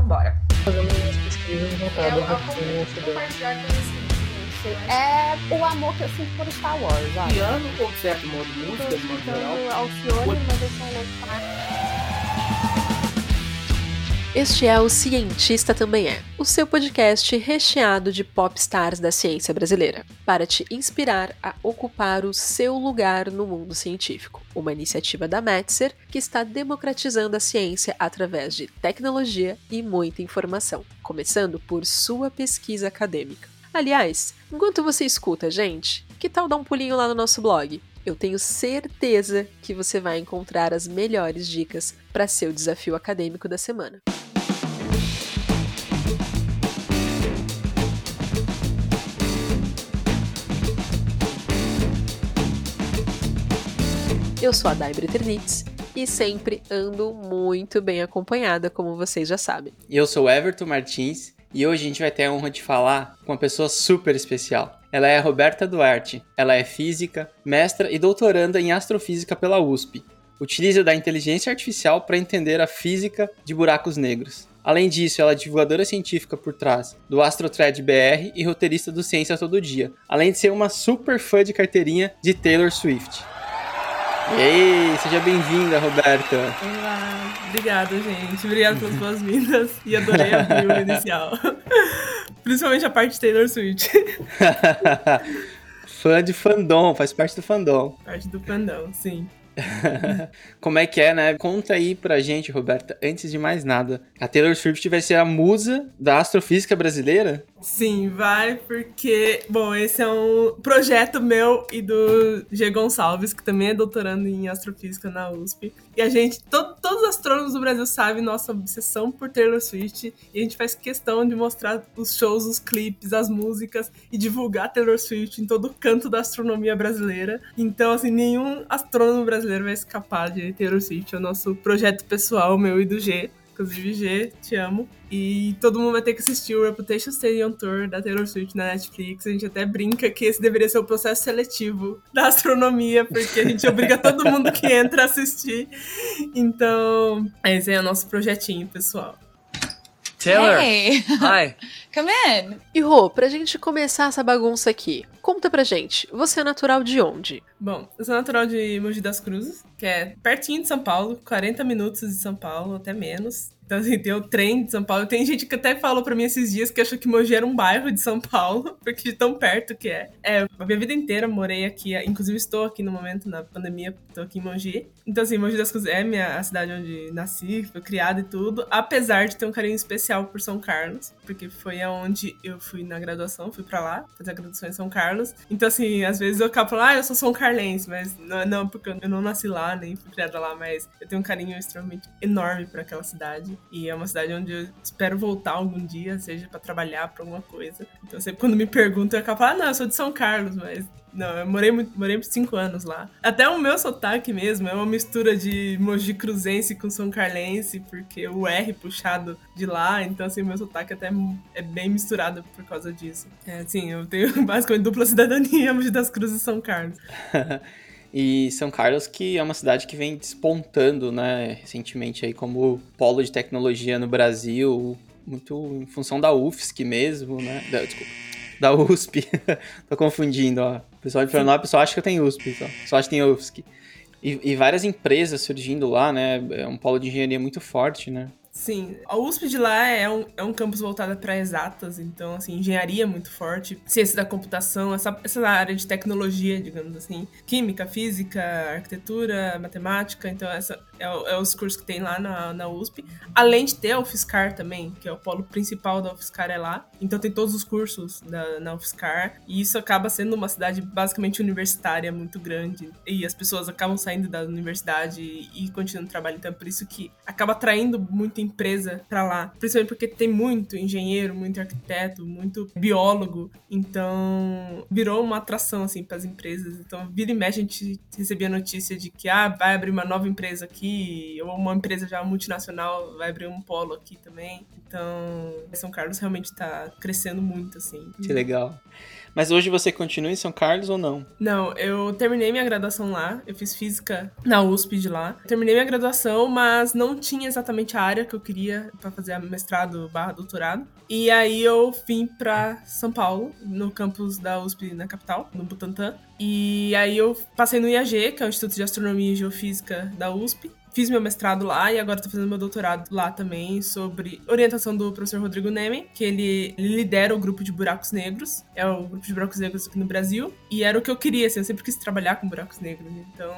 bora. Fazendo umas pesquisas voltadas Eu compartilhar com esse É o amor que eu sinto por Star Wars, olha. Piano ou certo modo de música, de modo geral? Alcione, mas eu sou louco. Este é o Cientista Também É, o seu podcast recheado de popstars da ciência brasileira, para te inspirar a ocupar o seu lugar no mundo científico. Uma iniciativa da Metzer que está democratizando a ciência através de tecnologia e muita informação, começando por sua pesquisa acadêmica. Aliás, enquanto você escuta a gente, que tal dar um pulinho lá no nosso blog? Eu tenho certeza que você vai encontrar as melhores dicas para seu desafio acadêmico da semana. Eu sou a Daibre Ternitz e sempre ando muito bem acompanhada, como vocês já sabem. E eu sou o Everton Martins e hoje a gente vai ter a honra de falar com uma pessoa super especial. Ela é a Roberta Duarte, ela é física, mestra e doutoranda em astrofísica pela USP. Utiliza da inteligência artificial para entender a física de buracos negros. Além disso, ela é divulgadora científica por trás do AstroTred BR e roteirista do Ciência Todo Dia, além de ser uma super fã de carteirinha de Taylor Swift. Ei, seja bem-vinda, Roberta. Olá, obrigada, gente. Obrigada pelas boas-vindas e adorei a bio inicial. Principalmente a parte de Taylor Swift. Fã de fandom, faz parte do fandom. Parte do fandom, sim. Como é que é, né? Conta aí pra gente, Roberta, antes de mais nada. A Taylor Swift vai ser a musa da astrofísica brasileira? Sim, vai, porque, bom, esse é um projeto meu e do G. Gonçalves, que também é doutorando em astrofísica na USP. E a gente, todos os astrônomos do Brasil sabem nossa obsessão por Taylor Swift, e a gente faz questão de mostrar os shows, os clipes, as músicas, e divulgar Taylor Swift em todo canto da astronomia brasileira. Então, assim, nenhum astrônomo brasileiro vai escapar de Taylor Swift. É o nosso projeto pessoal, meu e do G. Inclusive, G, te amo. E todo mundo vai ter que assistir o Reputation Stadium Tour da Taylor Swift na Netflix. A gente até brinca que esse deveria ser o processo seletivo da astronomia, porque a gente obriga todo mundo que entra a assistir. Então, esse é o nosso projetinho, pessoal. Taylor, Hey. hi. Come in. E Rô, pra gente começar essa bagunça aqui, conta pra gente, você é natural de onde? Bom, eu sou natural de Mogi das Cruzes, que é pertinho de São Paulo, 40 minutos de São Paulo, até menos. Então, assim, tem o trem de São Paulo. Tem gente que até falou pra mim esses dias que achou que Mogi era um bairro de São Paulo, porque de tão perto que é. A minha vida inteira morei aqui, inclusive estou aqui no momento, na pandemia, estou aqui em Mogi. Então, assim, Mogi das Cruzes é a cidade onde nasci, fui criada e tudo, apesar de ter um carinho especial por São Carlos, porque foi aonde eu fui na graduação, fui pra lá, fazer a graduação em São Carlos. Então, assim, às vezes eu acabo falando, eu sou São Carlense, mas não, porque eu não nasci lá, nem fui criada lá, mas eu tenho um carinho extremamente enorme por aquela cidade. E é uma cidade onde eu espero voltar algum dia, seja pra trabalhar, pra alguma coisa. Então, sempre quando me perguntam, eu acabo falando, não, eu sou de São Carlos, mas não, eu morei 5 anos lá. Até o meu sotaque mesmo é uma mistura de Mogi Cruzense com São Carlense, porque o R puxado de lá, então assim, o meu sotaque até é bem misturado por causa disso. Assim, eu tenho basicamente dupla cidadania, Mogi das Cruzes e São Carlos. E São Carlos, que é uma cidade que vem despontando, né, recentemente aí como polo de tecnologia no Brasil, muito em função da UFSC mesmo, né, da USP, tô confundindo, ó. O pessoal de Florianópolis só acha que eu tenho USP, só acha que tem UFSC. E várias empresas surgindo lá, né, é um polo de engenharia muito forte, né. Sim, a USP de lá é um campus voltado para exatas, então, assim, engenharia muito forte, ciência da computação, essa área de tecnologia, digamos assim, química, física, arquitetura, matemática, então essa é os cursos que tem lá na USP, além de ter a UFSCar também, que é o polo principal da UFSCar é lá, então tem todos os cursos na UFSCar, e isso acaba sendo uma cidade basicamente universitária muito grande, e as pessoas acabam saindo da universidade e continuando trabalho, então é por isso que acaba atraindo muita empresa pra lá, principalmente porque tem muito engenheiro, muito arquiteto, muito biólogo, então virou uma atração assim para as empresas. Então vira e mexe a gente recebia notícia de que vai abrir uma nova empresa aqui, ou uma empresa já multinacional vai abrir um polo aqui também. Então São Carlos realmente tá crescendo muito assim. Que legal. Mas hoje você continua em São Carlos ou não? Não, eu terminei minha graduação lá, eu fiz física na USP de lá. Terminei minha graduação, mas não tinha exatamente a área que eu queria pra fazer mestrado/doutorado. E aí eu vim pra São Paulo, no campus da USP na capital, no Butantã. E aí eu passei no IAG, que é o Instituto de Astronomia e Geofísica da USP. Fiz meu mestrado lá e agora tô fazendo meu doutorado lá também, sobre orientação do professor Rodrigo Nemen, que ele lidera o grupo de buracos negros, é o grupo de buracos negros aqui no Brasil, e era o que eu queria, assim, eu sempre quis trabalhar com buracos negros, então,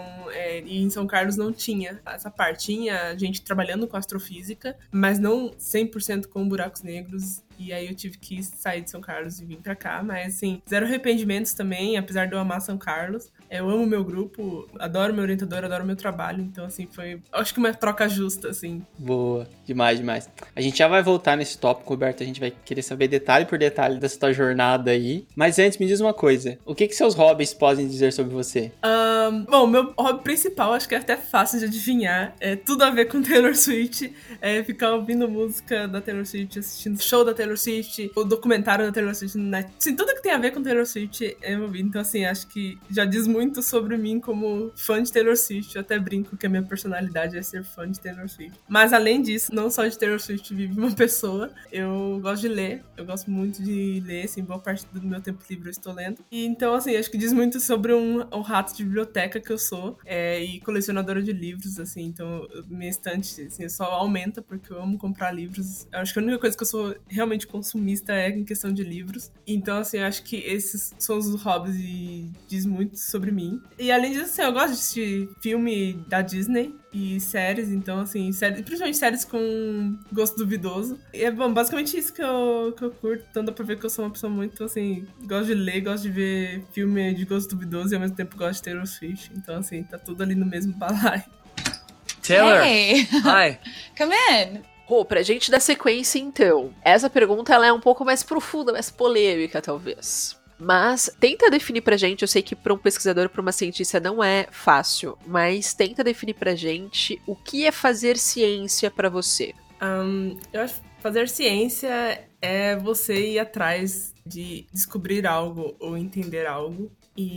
e em São Carlos não tinha essa parte, tinha gente trabalhando com astrofísica, mas não 100% com buracos negros. E aí eu tive que sair de São Carlos e vir pra cá. Mas, assim, zero arrependimentos também, apesar de eu amar São Carlos. Eu amo meu grupo, adoro meu orientador, adoro meu trabalho. Então, assim, foi, acho que uma troca justa, assim. Boa, demais, demais. A gente já vai voltar nesse tópico, Roberto. A gente vai querer saber detalhe por detalhe dessa tua jornada aí. Mas antes, me diz uma coisa. O que seus hobbies podem dizer sobre você? Bom, meu hobby principal, acho que é até fácil de adivinhar. É tudo a ver com Taylor Swift. É ficar ouvindo música da Taylor Swift, assistindo show da Taylor Swift, o documentário da Taylor Swift, né? Assim, tudo que tem a ver com Taylor Swift eu ouvi. Então, assim, acho que já diz muito sobre mim como fã de Taylor Swift. Eu até brinco que a minha personalidade é ser fã de Taylor Swift. Mas, além disso, não só de Taylor Swift vive uma pessoa. Eu gosto de ler. Eu gosto muito de ler, assim, boa parte do meu tempo livre eu estou lendo. E, então, assim, acho que diz muito sobre um rato de biblioteca que eu sou. E colecionadora de livros, assim. Então, minha estante, assim, só aumenta porque eu amo comprar livros. Eu acho que a única coisa que eu sou realmente consumista é em questão de livros. Então, assim, eu acho que esses são os hobbies e diz muito sobre mim. E, além disso, assim, eu gosto de assistir filme da Disney e séries. Então, assim, principalmente séries com gosto duvidoso. E é, bom, basicamente isso que eu curto. Então, dá pra ver que eu sou uma pessoa muito, assim, gosto de ler, gosto de ver filme de gosto duvidoso e, ao mesmo tempo, gosto de Taylor Swift. Então, assim, tá tudo ali no mesmo balaio. Taylor! Hey! Hi! Come in! Rô, pra gente dar sequência, então. Essa pergunta ela é um pouco mais profunda, mais polêmica, talvez. Mas tenta definir pra gente, eu sei que pra um pesquisador, pra uma cientista não é fácil, mas tenta definir pra gente o que é fazer ciência pra você. Eu acho que fazer ciência é você ir atrás de descobrir algo ou entender algo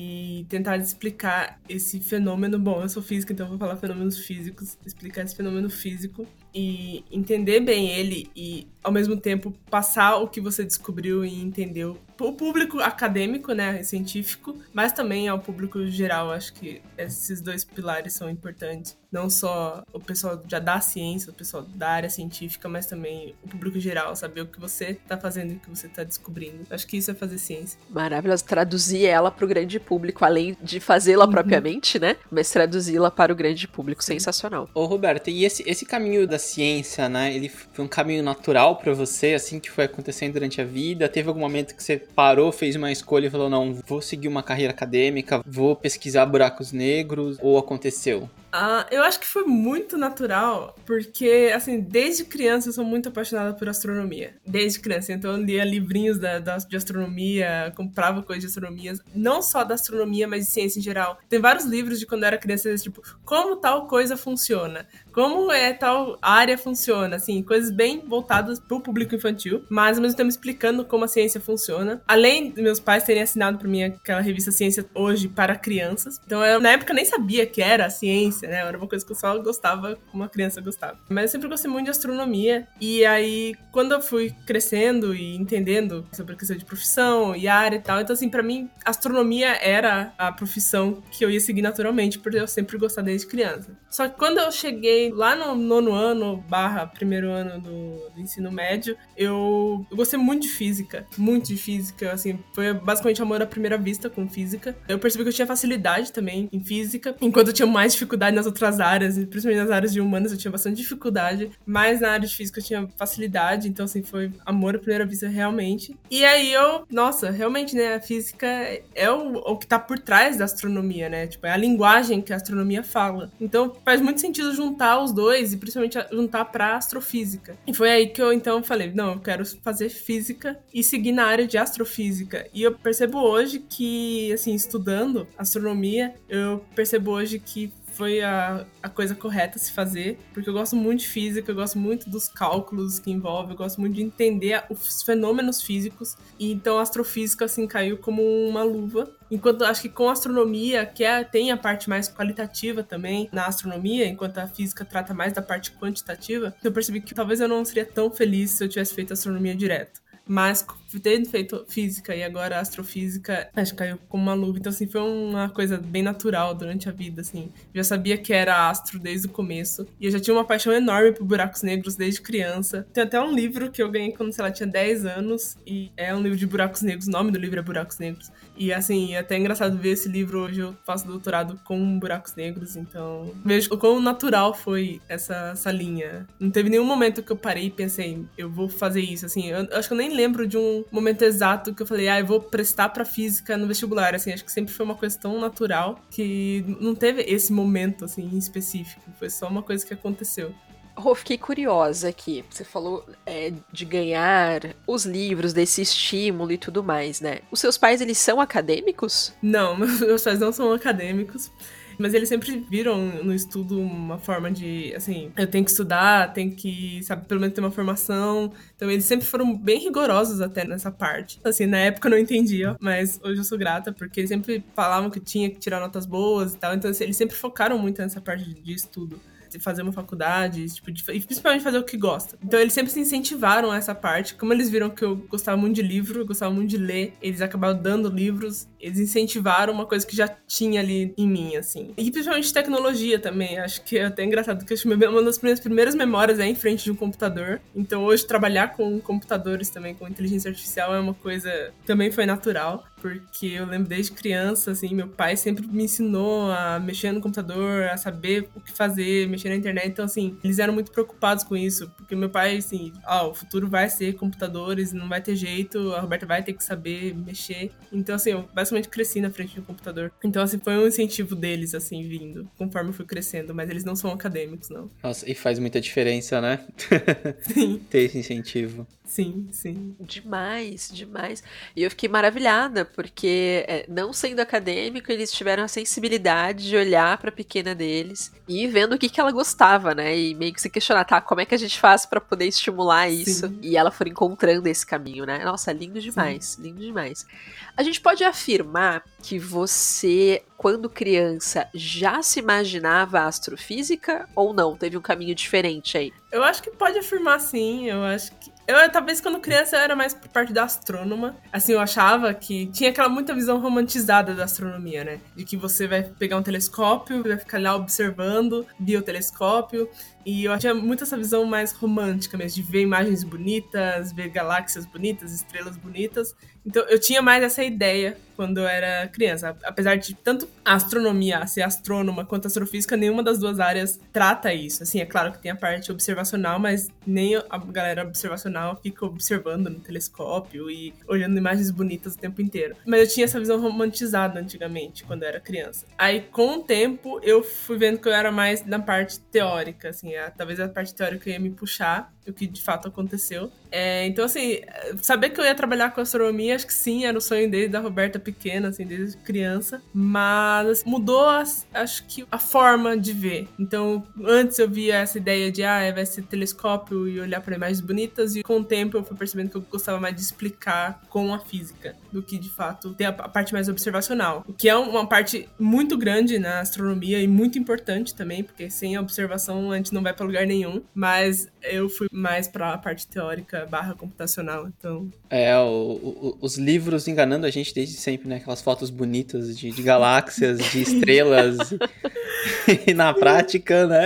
e tentar explicar esse fenômeno. Bom, eu sou física, então eu vou falar fenômenos físicos, explicar esse fenômeno físico e entender bem ele e, ao mesmo tempo, passar o que você descobriu e entendeu o público acadêmico, né, científico, mas também ao público geral. Acho que esses dois pilares são importantes. Não só o pessoal já da ciência, o pessoal da área científica, mas também o público geral, saber o que você tá fazendo e o que você tá descobrindo. Acho que isso é fazer ciência. Maravilhoso, traduzir ela pro grande público, além de fazê-la propriamente, né, mas traduzi-la para o grande público, sensacional. Ô, Roberto, e esse caminho da ciência, né, ele foi um caminho natural pra você, assim, que foi acontecendo durante a vida? Teve algum momento que você parou, fez uma escolha e falou, não, vou seguir uma carreira acadêmica, vou pesquisar buracos negros, ou aconteceu? Eu acho que foi muito natural, porque, assim, desde criança eu sou muito apaixonada por astronomia. Desde criança, então eu lia livrinhos de astronomia, comprava coisas de astronomia, não só da astronomia, mas de ciência em geral. Tem vários livros de quando eu era criança, tipo, como tal coisa funciona, como tal área funciona, assim, coisas bem voltadas pro público infantil, mas ao mesmo tempo explicando como a ciência funciona. Além dos meus pais terem assinado pra mim aquela revista Ciência Hoje para crianças, então eu na época nem sabia que era a ciência, né? Era uma coisa que eu só gostava como uma criança gostava. Mas eu sempre gostei muito de astronomia. E aí, quando eu fui crescendo e entendendo sobre a questão de profissão e área e tal, então assim, pra mim, astronomia era a profissão que eu ia seguir naturalmente, porque eu sempre gostava desde criança. Só que quando eu cheguei lá no 9º ano / primeiro ano do ensino médio, eu gostei muito de física. Muito de física, assim, foi basicamente amor à primeira vista com física. Eu percebi que eu tinha facilidade também em física, enquanto eu tinha mais dificuldade nas outras áreas, principalmente nas áreas de humanas eu tinha bastante dificuldade, mas na área de física eu tinha facilidade, então assim, foi amor à primeira vista realmente. E aí nossa, realmente, né, a física é o que tá por trás da astronomia, né, tipo, é a linguagem que a astronomia fala. Então faz muito sentido juntar os dois e principalmente juntar pra astrofísica. E foi aí que eu então falei, não, eu quero fazer física e seguir na área de astrofísica. E eu percebo hoje que, assim, estudando astronomia, eu percebo hoje que foi a coisa correta a se fazer, porque eu gosto muito de física, eu gosto muito dos cálculos que envolve, eu gosto muito de entender os fenômenos físicos, e então a astrofísica, assim, caiu como uma luva. Enquanto acho que com a astronomia, tem a parte mais qualitativa também na astronomia, enquanto a física trata mais da parte quantitativa, eu percebi que talvez eu não seria tão feliz se eu tivesse feito astronomia direto. Mas tendo feito física e agora astrofísica, acho que caiu como uma luva. Então, assim, foi uma coisa bem natural durante a vida, assim. Eu já sabia que era astro desde o começo. E eu já tinha uma paixão enorme por buracos negros desde criança. Tem até um livro que eu ganhei quando, sei lá, tinha 10 anos. E é um livro de buracos negros. O nome do livro é Buracos Negros. E, assim, é até engraçado ver esse livro. Hoje eu faço doutorado com buracos negros. Então, vejo o quão natural foi essa linha. Não teve nenhum momento que eu parei e pensei, eu vou fazer isso, assim. Eu acho que eu nem lembro de um momento exato que eu falei, eu vou prestar pra física no vestibular, assim, acho que sempre foi uma coisa tão natural que não teve esse momento, assim, em específico, foi só uma coisa que aconteceu. Rô, fiquei curiosa aqui, você falou de ganhar os livros, desse estímulo e tudo mais, né? Os seus pais, eles são acadêmicos? Não, meus pais não são acadêmicos. Mas eles sempre viram no estudo uma forma de, assim, eu tenho que estudar, tenho que, sabe, pelo menos ter uma formação. Então eles sempre foram bem rigorosos até nessa parte. Assim, na época eu não entendia, mas hoje eu sou grata, porque eles sempre falavam que tinha que tirar notas boas e tal. Então assim, eles sempre focaram muito nessa parte de estudo. De fazer uma faculdade, tipo, e principalmente fazer o que gosta. Então eles sempre se incentivaram a essa parte. Como eles viram que eu gostava muito de livro, eu gostava muito de ler, eles acabaram dando livros, eles incentivaram uma coisa que já tinha ali em mim, assim. E principalmente tecnologia também, acho que é até engraçado, porque uma das minhas primeiras memórias é em frente de um computador. Então hoje trabalhar com computadores também, com inteligência artificial é uma coisa que também foi natural. Porque eu lembro desde criança, assim, meu pai sempre me ensinou a mexer no computador, a saber o que fazer, mexer na internet. Então, assim, eles eram muito preocupados com isso. Porque meu pai, assim, o futuro vai ser computadores, não vai ter jeito, a Roberta vai ter que saber mexer. Então, assim, eu basicamente cresci na frente do computador. Então, assim, foi um incentivo deles, assim, vindo, conforme eu fui crescendo. Mas eles não são acadêmicos, não. Nossa, e faz muita diferença, né? Sim. Ter esse incentivo. Sim, sim. Demais, demais. E eu fiquei maravilhada, porque não sendo acadêmico, eles tiveram a sensibilidade de olhar pra pequena deles e ir vendo o que ela gostava, né? E meio que se questionar, como é que a gente faz pra poder estimular isso? Sim. E ela for encontrando esse caminho, né? Nossa, lindo demais, sim. Lindo demais. A gente pode afirmar que você, quando criança, já se imaginava astrofísica ou não? Teve um caminho diferente aí? Eu acho que pode afirmar sim, eu acho que... talvez quando criança eu era mais por parte da astrônoma. Assim, eu achava que tinha aquela muita visão romantizada da astronomia, né? De que você vai pegar um telescópio, vai ficar lá observando via o telescópio. E eu tinha muito essa visão mais romântica mesmo, de ver imagens bonitas, ver galáxias bonitas, estrelas bonitas. Então eu tinha mais essa ideia quando eu era criança. Apesar de tanto a astronomia, ser astrônoma, quanto a astrofísica, nenhuma das duas áreas trata isso. Assim, é claro que tem a parte observacional, mas nem a galera observacional fica observando no telescópio e olhando imagens bonitas o tempo inteiro. Mas eu tinha essa visão romantizada antigamente, quando eu era criança. Aí, com o tempo, eu fui vendo que eu era mais na parte teórica, assim, talvez a parte teórica ia me puxar, o que de fato aconteceu. Então, assim, saber que eu ia trabalhar com astronomia, acho que sim, era o sonho desde a Roberta pequena, assim, desde criança, mas mudou, acho que, a forma de ver. Então, antes eu via essa ideia de, vai ser telescópio e olhar para imagens bonitas, e com o tempo eu fui percebendo que eu gostava mais de explicar com a física, do que, de fato, ter a parte mais observacional. O que é uma parte muito grande na astronomia e muito importante também, porque sem a observação a gente não vai para lugar nenhum, mas eu fui mais para a parte teórica / computacional, então... Os livros enganando a gente desde sempre, né? Aquelas fotos bonitas de galáxias, de estrelas, e na prática, né?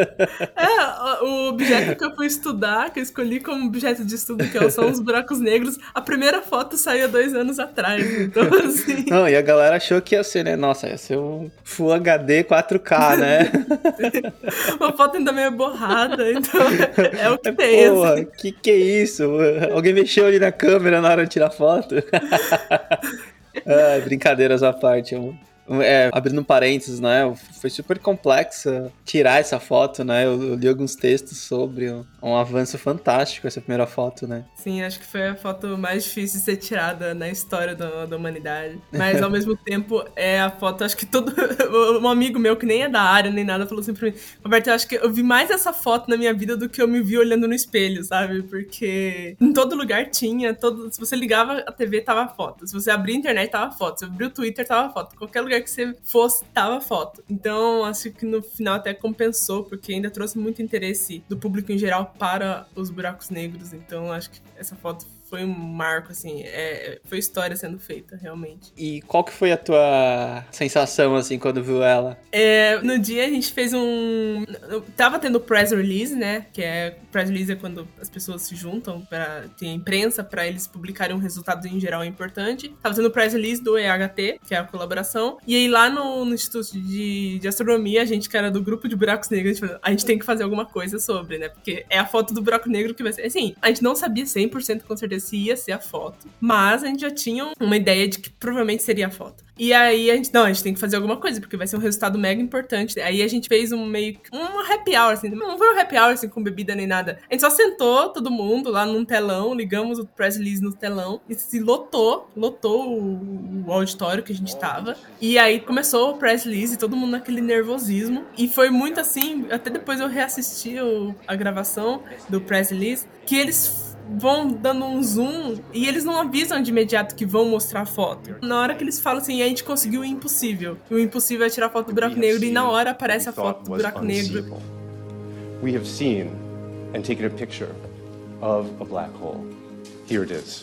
O objeto que eu fui estudar, que eu escolhi como objeto de estudo, que são os buracos negros, a primeira foto saiu 2 anos atrás, então assim... Não, e a galera achou que ia ser, né? Nossa, ia ser um Full HD 4K, né? Uma foto ainda meio borrada, então é o que tem. Porra, assim. que é isso? Alguém mexeu ali na câmera na hora de tirar foto? Brincadeiras à parte, amor. abrindo parênteses, né? Foi super complexa tirar essa foto, né? Eu li alguns textos sobre um avanço fantástico essa primeira foto, né? Sim, acho que foi a foto mais difícil de ser tirada na história da humanidade. Mas, ao mesmo tempo, é a foto, acho que todo... Um amigo meu, que nem é da área, nem nada, falou assim pra mim, Roberto, eu acho que eu vi mais essa foto na minha vida do que eu me vi olhando no espelho, sabe? Porque em todo lugar tinha, se você ligava a TV, tava foto. Se você abria a internet, tava foto. Se você abria o Twitter, tava foto. Qualquer lugar que você fosse, tava foto. Então, acho que no final até compensou, porque ainda trouxe muito interesse do público em geral para os buracos negros. Então, acho que essa foto foi um marco, assim, foi história sendo feita, realmente. E qual que foi a tua sensação, assim, quando viu ela? No dia a gente fez tava tendo press release, né, press release é quando as pessoas se juntam pra ter imprensa, pra eles publicarem um resultado em geral importante. Tava tendo press release do EHT, que é a colaboração, e aí lá no Instituto de Astronomia, a gente que era do grupo de buracos negros, a gente tem que fazer alguma coisa sobre, né, porque é a foto do buraco negro que vai ser, assim, a gente não sabia 100% com certeza se ia ser a foto, mas a gente já tinha uma ideia de que provavelmente seria a foto. E aí a gente tem que fazer alguma coisa, porque vai ser um resultado mega importante. Aí a gente fez um happy hour, assim, não foi um happy hour, assim, com bebida nem nada. A gente só sentou todo mundo lá num telão, ligamos o press release no telão, e se lotou o auditório que a gente tava. E aí começou o press release, todo mundo naquele nervosismo. E foi muito assim, até depois eu reassisti a gravação do press release, que eles vão dando um zoom e eles não avisam de imediato que vão mostrar a foto. Na hora que eles falam assim, a gente conseguiu o impossível. O impossível é tirar a foto do buraco negro e na hora aparece a foto do buraco negro. We have seen and taken a picture of a black hole. Here it is.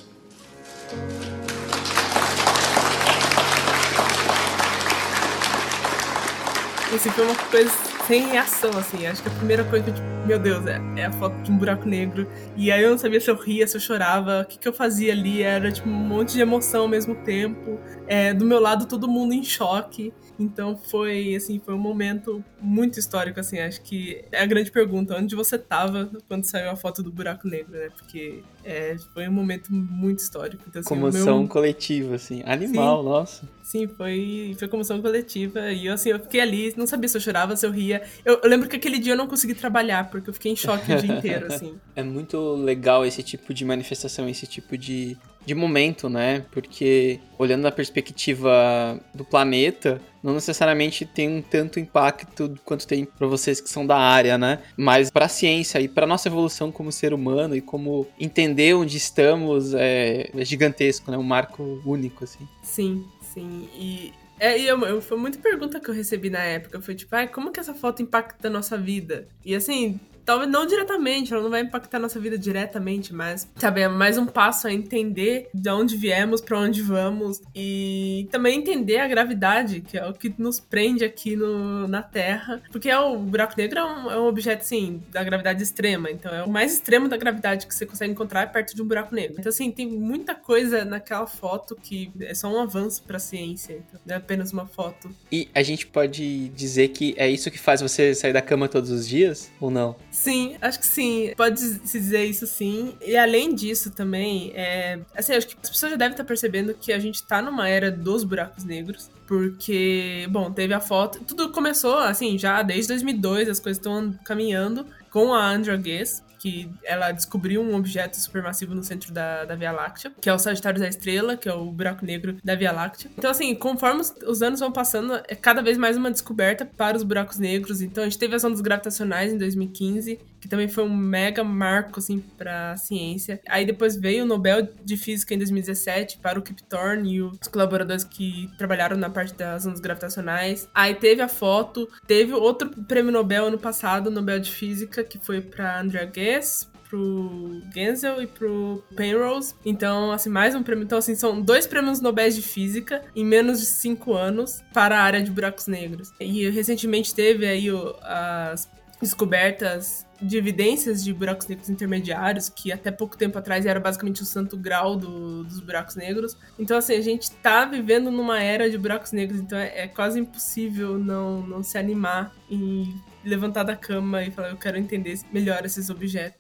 Esse foi uma coisa sem reação, assim. Acho que a primeira coisa que eu, tipo, meu Deus, é a foto de um buraco negro. E aí eu não sabia se eu ria, se eu chorava, o que eu fazia ali. Era, tipo, um monte de emoção ao mesmo tempo. Do meu lado, todo mundo em choque. Então foi um momento muito histórico, assim. Acho que é a grande pergunta, onde você tava quando saiu a foto do buraco negro, né? Porque foi um momento muito histórico. Então, assim, comoção coletiva, assim. Animal, sim, nossa. Sim, foi comoção coletiva. E eu fiquei ali, não sabia se eu chorava, se eu ria. Eu lembro que aquele dia eu não consegui trabalhar, porque eu fiquei em choque o dia inteiro, assim. É muito legal esse tipo de manifestação, esse tipo de momento, né? Porque, olhando na perspectiva do planeta, não necessariamente tem um tanto impacto quanto tem para vocês que são da área, né? Mas para a ciência e para nossa evolução como ser humano e como entender onde estamos é gigantesco, né? Um marco único, assim. Sim. E foi muita pergunta que eu recebi na época. Foi tipo, como que essa foto impacta a nossa vida? E assim, talvez não diretamente, ela não vai impactar a nossa vida diretamente, mas, sabe, é mais um passo a entender de onde viemos, pra onde vamos, e também entender a gravidade, que é o que nos prende aqui na Terra, porque o buraco negro é um objeto, assim, da gravidade extrema, então é o mais extremo da gravidade que você consegue encontrar perto de um buraco negro. Então, assim, tem muita coisa naquela foto que é só um avanço pra ciência, então não é apenas uma foto. E a gente pode dizer que é isso que faz você sair da cama todos os dias, ou não? Sim, acho que sim. Pode-se dizer isso, sim. E além disso também, assim, acho que as pessoas já devem estar percebendo que a gente tá numa era dos buracos negros. Porque, bom, teve a foto... Tudo começou, assim, já desde 2002, as coisas estão caminhando com a Andrea Ghez, que ela descobriu um objeto supermassivo no centro da Via Láctea, que é o Sagitário da Estrela, que é o buraco negro da Via Láctea. Então, assim, conforme os anos vão passando, é cada vez mais uma descoberta para os buracos negros. Então, a gente teve as ondas gravitacionais em 2015, que também foi um mega marco, assim, para a ciência. Aí depois veio o Nobel de Física em 2017 para o Kip Thorne e os colaboradores que trabalharam na parte das ondas gravitacionais. Aí teve a foto, teve outro prêmio Nobel ano passado, Nobel de Física, que foi para Andrea Ghez, pro Genzel e pro Penrose. Então, assim, mais um prêmio. Então, assim, são 2 prêmios Nobel de Física em menos de 5 anos para a área de buracos negros. E recentemente teve aí as descobertas de evidências de buracos negros intermediários, que até pouco tempo atrás era basicamente o santo grau dos buracos negros. Então, assim, a gente tá vivendo numa era de buracos negros, então é quase impossível não se animar e levantar da cama e falar, eu quero entender melhor esses objetos.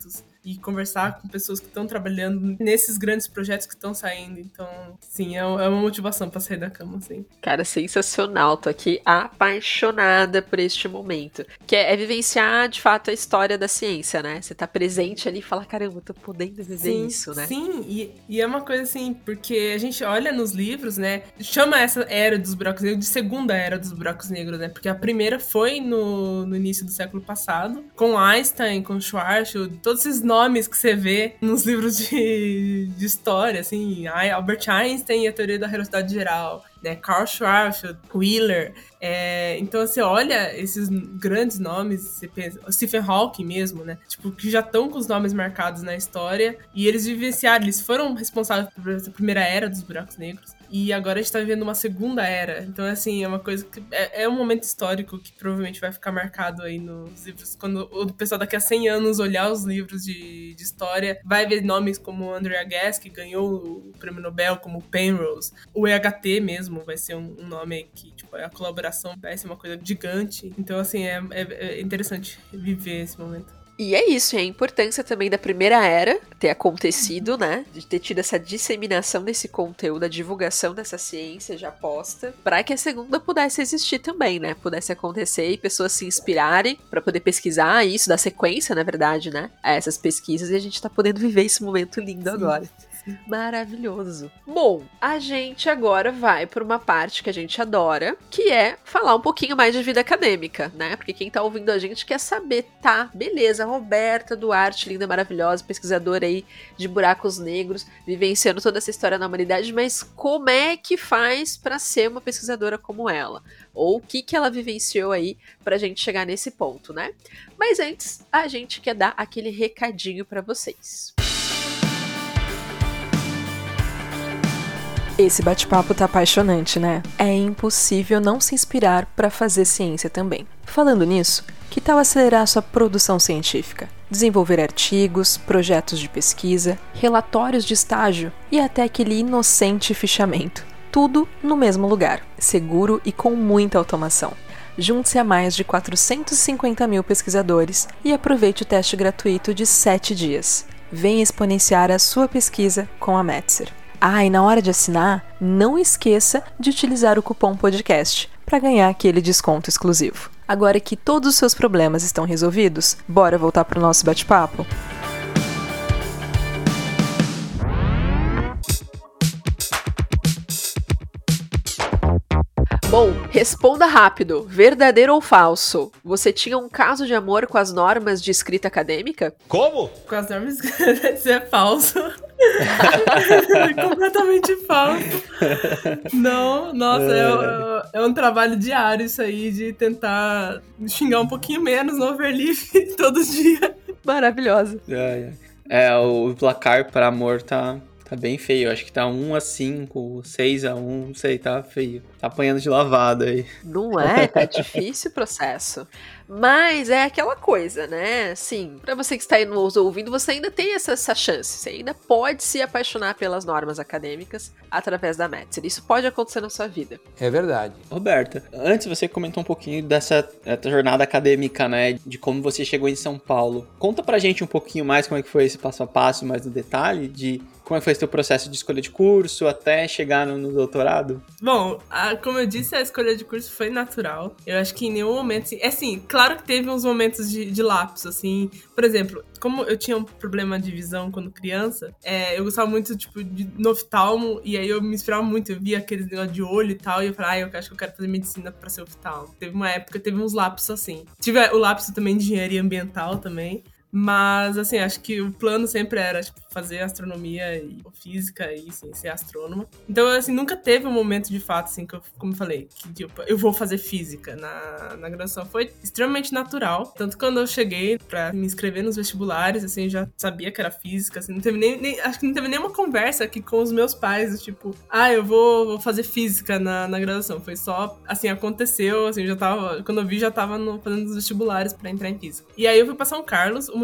e conversar com pessoas que estão trabalhando nesses grandes projetos que estão saindo. Então, sim, é uma motivação pra sair da cama, assim. Cara, sensacional. Tô aqui apaixonada por este momento. Que é vivenciar, de fato, a história da ciência, né? Você tá presente ali e fala, caramba, eu tô podendo viver isso, né? Sim, e é uma coisa assim, porque a gente olha nos livros, né? Chama essa era dos buracos negros de segunda era dos buracos negros, né? Porque a primeira foi no início do século passado, com Einstein, com Schwarzschild, todos esses nomes que você vê nos livros de história, assim, Albert Einstein e a teoria da relatividade geral, né? Carl Schwarzschild, Wheeler. Então você olha esses grandes nomes, você pensa, Stephen Hawking mesmo, né? Tipo, que já estão com os nomes marcados na história, e eles vivenciaram, eles foram responsáveis por essa primeira era dos buracos negros. E agora a gente tá vivendo uma segunda era. Então, assim, é uma coisa que... É um momento histórico que provavelmente vai ficar marcado aí nos livros. Quando o pessoal daqui a 100 anos olhar os livros de história, vai ver nomes como Andrea Ghez, que ganhou o prêmio Nobel, como Penrose. O EHT mesmo vai ser um nome que, tipo, a colaboração vai ser uma coisa gigante. Então, assim, é interessante viver esse momento. E é isso, é a importância também da primeira era ter acontecido, né? De ter tido essa disseminação desse conteúdo, a divulgação dessa ciência já posta, para que a segunda pudesse existir também, né? Pudesse acontecer e pessoas se inspirarem para poder pesquisar isso, dar sequência, na verdade, né? A essas pesquisas, e a gente tá podendo viver esse momento lindo agora. Maravilhoso. Bom, a gente agora vai para uma parte que a gente adora, que é falar um pouquinho mais de vida acadêmica, né? Porque quem tá ouvindo a gente quer saber, tá? Beleza, Roberta Duarte, linda, maravilhosa, pesquisadora aí de buracos negros, vivenciando toda essa história na humanidade, mas como é que faz para ser uma pesquisadora como ela? Ou o que ela vivenciou aí pra gente chegar nesse ponto, né? Mas antes, a gente quer dar aquele recadinho para vocês. Esse bate-papo tá apaixonante, né? É impossível não se inspirar para fazer ciência também. Falando nisso, que tal acelerar sua produção científica? Desenvolver artigos, projetos de pesquisa, relatórios de estágio e até aquele inocente fichamento. Tudo no mesmo lugar, seguro e com muita automação. Junte-se a mais de 450 mil pesquisadores e aproveite o teste gratuito de 7 dias. Venha exponenciar a sua pesquisa com a Metzer. E na hora de assinar, não esqueça de utilizar o cupom podcast para ganhar aquele desconto exclusivo. Agora que todos os seus problemas estão resolvidos, bora voltar para o nosso bate-papo? Bom, responda rápido. Verdadeiro ou falso? Você tinha um caso de amor com as normas de escrita acadêmica? Como? Com as normas de escrita, isso é falso. Completamente falso. Não, nossa, é um trabalho diário isso aí, de tentar xingar um pouquinho menos no Overleaf todo dia. Maravilhosa. O placar para amor tá bem feio. Acho que tá 1-5, 6-1, não sei, tá feio. Tá apanhando de lavada aí. Não é? Tá difícil o processo. Mas é aquela coisa, né? Assim, pra você que está aí nos ouvindo, você ainda tem essa chance. Você ainda pode se apaixonar pelas normas acadêmicas através da Metzer. Isso pode acontecer na sua vida. É verdade. Roberta, antes você comentou um pouquinho dessa jornada acadêmica, né? De como você chegou em São Paulo. Conta pra gente um pouquinho mais como é que foi esse passo a passo, mais no detalhe, de como é que foi esse teu processo de escolha de curso até chegar no doutorado? Bom, como eu disse, a escolha de curso foi natural. Eu acho que em nenhum momento... Assim, claro que teve uns momentos de lapso, assim. Por exemplo, como eu tinha um problema de visão quando criança, eu gostava muito, tipo, de oftalmo, e aí eu me inspirava muito. Eu via aqueles negócios de olho e tal, e eu falava, eu acho que eu quero fazer medicina pra ser oftalmo. Teve uma época, teve uns lapsos assim. Tive o lapso também de engenharia ambiental também. Mas, assim, acho que o plano sempre era, tipo, fazer astronomia ou física e, assim, ser astrônoma. Então, assim, nunca teve um momento de fato, assim, que eu, como eu falei, que tipo, eu vou fazer física na graduação. Foi extremamente natural. Tanto que quando eu cheguei pra me inscrever nos vestibulares, assim, eu já sabia que era física, assim, não teve acho que não teve nenhuma conversa aqui com os meus pais, tipo, eu vou fazer física na graduação. Foi só, assim, aconteceu, assim, quando eu vi, já tava fazendo os vestibulares pra entrar em física. E aí eu fui pra São Carlos. O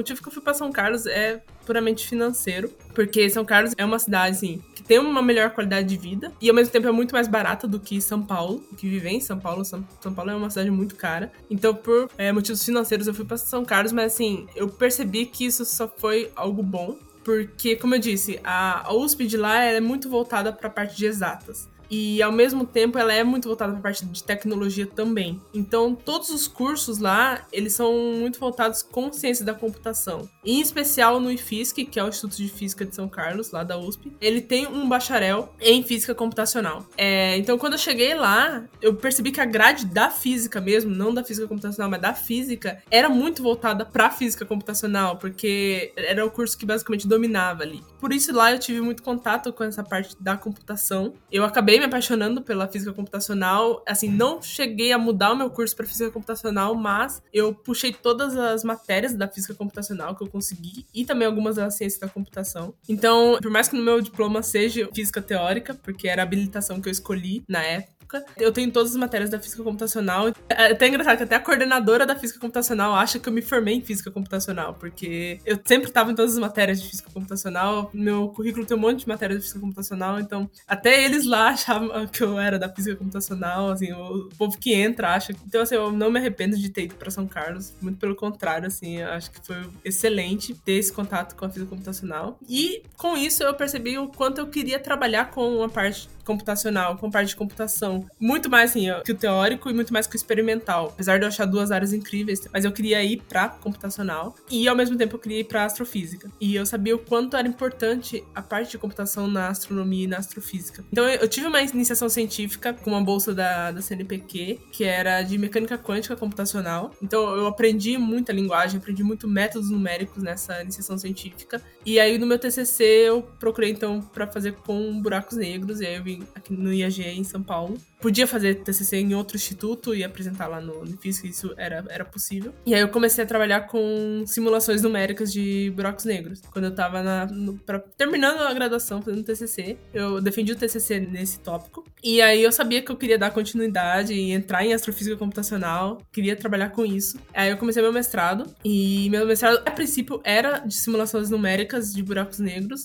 motivo que eu fui pra São Carlos é puramente financeiro, porque São Carlos é uma cidade, assim, que tem uma melhor qualidade de vida e ao mesmo tempo é muito mais barata do que São Paulo, que viver em São Paulo. São Paulo é uma cidade muito cara. Então, por motivos financeiros, eu fui pra São Carlos, mas assim, eu percebi que isso só foi algo bom, porque, como eu disse, a USP de lá é muito voltada pra parte de exatas. E, ao mesmo tempo, ela é muito voltada para a parte de tecnologia também. Então, todos os cursos lá, eles são muito voltados com ciência da computação. Em especial no IFISC, que é o Instituto de Física de São Carlos, lá da USP. Ele tem um bacharel em física computacional. Então, quando eu cheguei lá, eu percebi que a grade da física mesmo, não da física computacional, mas da física, era muito voltada para física computacional, porque era o curso que basicamente dominava ali. Por isso, lá eu tive muito contato com essa parte da computação. Eu acabei me apaixonando pela física computacional. Assim, não cheguei a mudar o meu curso para física computacional, mas eu puxei todas as matérias da física computacional que eu consegui e também algumas da ciência da computação. Então, por mais que no meu diploma seja física teórica, porque era a habilitação que eu escolhi na época, eu tenho todas as matérias da física computacional. É até engraçado que até a coordenadora da física computacional acha que eu me formei em física computacional, porque eu sempre estava em todas as matérias de física computacional. Meu currículo tem um monte de matérias de física computacional, então até eles lá achavam que eu era da física computacional, assim, o povo que entra acha. Então, assim, eu não me arrependo de ter ido para São Carlos, muito pelo contrário, assim, eu acho que foi excelente ter esse contato com a física computacional. E com isso eu percebi o quanto eu queria trabalhar com a parte computacional, com parte de computação. Muito mais, assim, que o teórico e muito mais que o experimental. Apesar de eu achar duas áreas incríveis, mas eu queria ir pra computacional e, ao mesmo tempo, eu queria ir pra astrofísica. E eu sabia o quanto era importante a parte de computação na astronomia e na astrofísica. Então, eu tive uma iniciação científica com uma bolsa da CNPq, que era de mecânica quântica computacional. Então, eu aprendi muita linguagem, aprendi muito métodos numéricos nessa iniciação científica. E aí, no meu TCC, eu procurei, então, pra fazer com buracos negros. E aí, eu vim aqui no IAG, em São Paulo. Podia fazer TCC em outro instituto e apresentar lá no IFISC, isso era possível. E aí eu comecei a trabalhar com simulações numéricas de buracos negros. Quando eu tava terminando a graduação, fazendo TCC, eu defendi o TCC nesse tópico. E aí eu sabia que eu queria dar continuidade e entrar em astrofísica computacional, queria trabalhar com isso. Aí eu comecei meu mestrado, e meu mestrado, a princípio, era de simulações numéricas de buracos negros,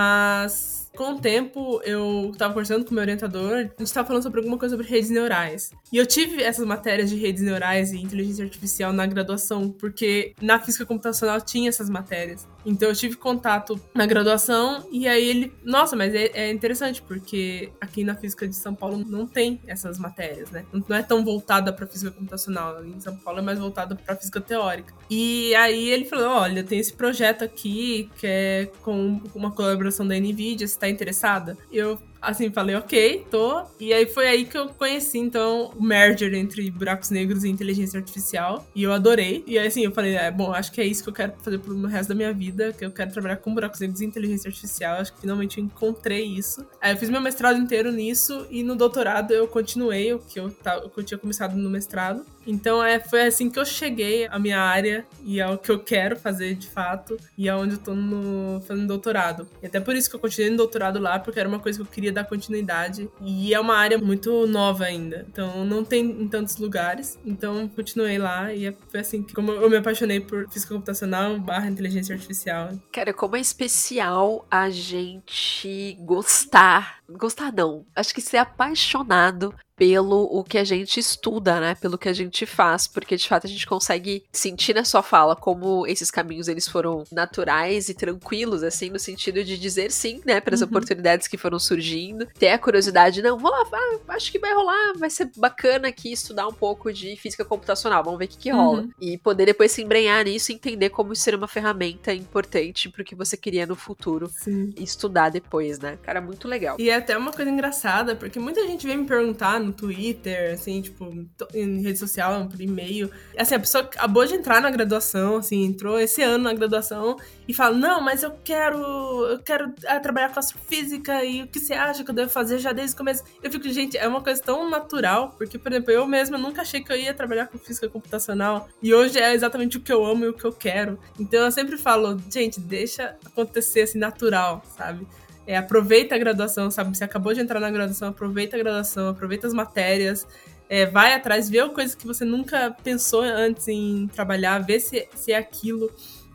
mas com o tempo, eu tava conversando com o meu orientador, a gente tava falando sobre alguma coisa sobre redes neurais. E eu tive essas matérias de redes neurais e inteligência artificial na graduação, porque na física computacional tinha essas matérias. Então eu tive contato na graduação, e aí ele... Nossa, mas é interessante, porque aqui na física de São Paulo não tem essas matérias, né? Não é tão voltada pra física computacional. Em São Paulo é mais voltada pra física teórica. E aí ele falou, olha, tem esse projeto aqui, que é com uma colaboração da NVIDIA, você tá interessada? Eu, assim, falei, ok, tô. E aí foi aí que eu conheci, então, o merger entre buracos negros e inteligência artificial. E eu adorei. E aí, assim, eu falei, bom, acho que é isso que eu quero fazer pro resto da minha vida, que eu quero trabalhar com buracos negros e inteligência artificial. Acho que finalmente eu encontrei isso. Aí eu fiz meu mestrado inteiro nisso, e no doutorado eu continuei o que eu tinha começado no mestrado. Então, foi assim que eu cheguei à minha área e ao que eu quero fazer de fato, e aonde eu tô fazendo doutorado. E até por isso que eu continuei no doutorado lá, porque era uma coisa que eu queria dar continuidade. E é uma área muito nova ainda, então não tem em tantos lugares. Então, continuei lá, e foi assim que como eu me apaixonei por física computacional / inteligência artificial. Cara, como é especial a gente gostar não, acho que ser apaixonado pelo o que a gente estuda, né? Pelo que a gente faz, porque de fato a gente consegue sentir na sua fala como esses caminhos eles foram naturais e tranquilos, assim, no sentido de dizer sim, né? Para as oportunidades que foram surgindo, ter a curiosidade, não, vou lá, acho que vai rolar, vai ser bacana aqui estudar um pouco de física computacional, vamos ver o que rola. E poder depois se embrenhar nisso e entender como isso seria uma ferramenta importante pro que você queria no futuro e estudar depois, né? Cara, muito legal. E é até uma coisa engraçada, porque muita gente vem me perguntar no Twitter, assim, tipo, em rede social, por e-mail. Assim, a pessoa acabou de entrar na graduação, assim, entrou esse ano na graduação e fala, não, mas eu quero trabalhar com astrofísica, e o que você acha que eu devo fazer já desde o começo? Eu fico, gente, é uma coisa tão natural, porque, por exemplo, eu mesma nunca achei que eu ia trabalhar com física computacional, e hoje é exatamente o que eu amo e o que eu quero. Então eu sempre falo, gente, deixa acontecer, assim, natural, sabe? Aproveita a graduação, sabe? Você acabou de entrar na graduação, aproveita a graduação, aproveita as matérias, vai atrás, vê coisas que você nunca pensou antes em trabalhar, vê se é aquilo.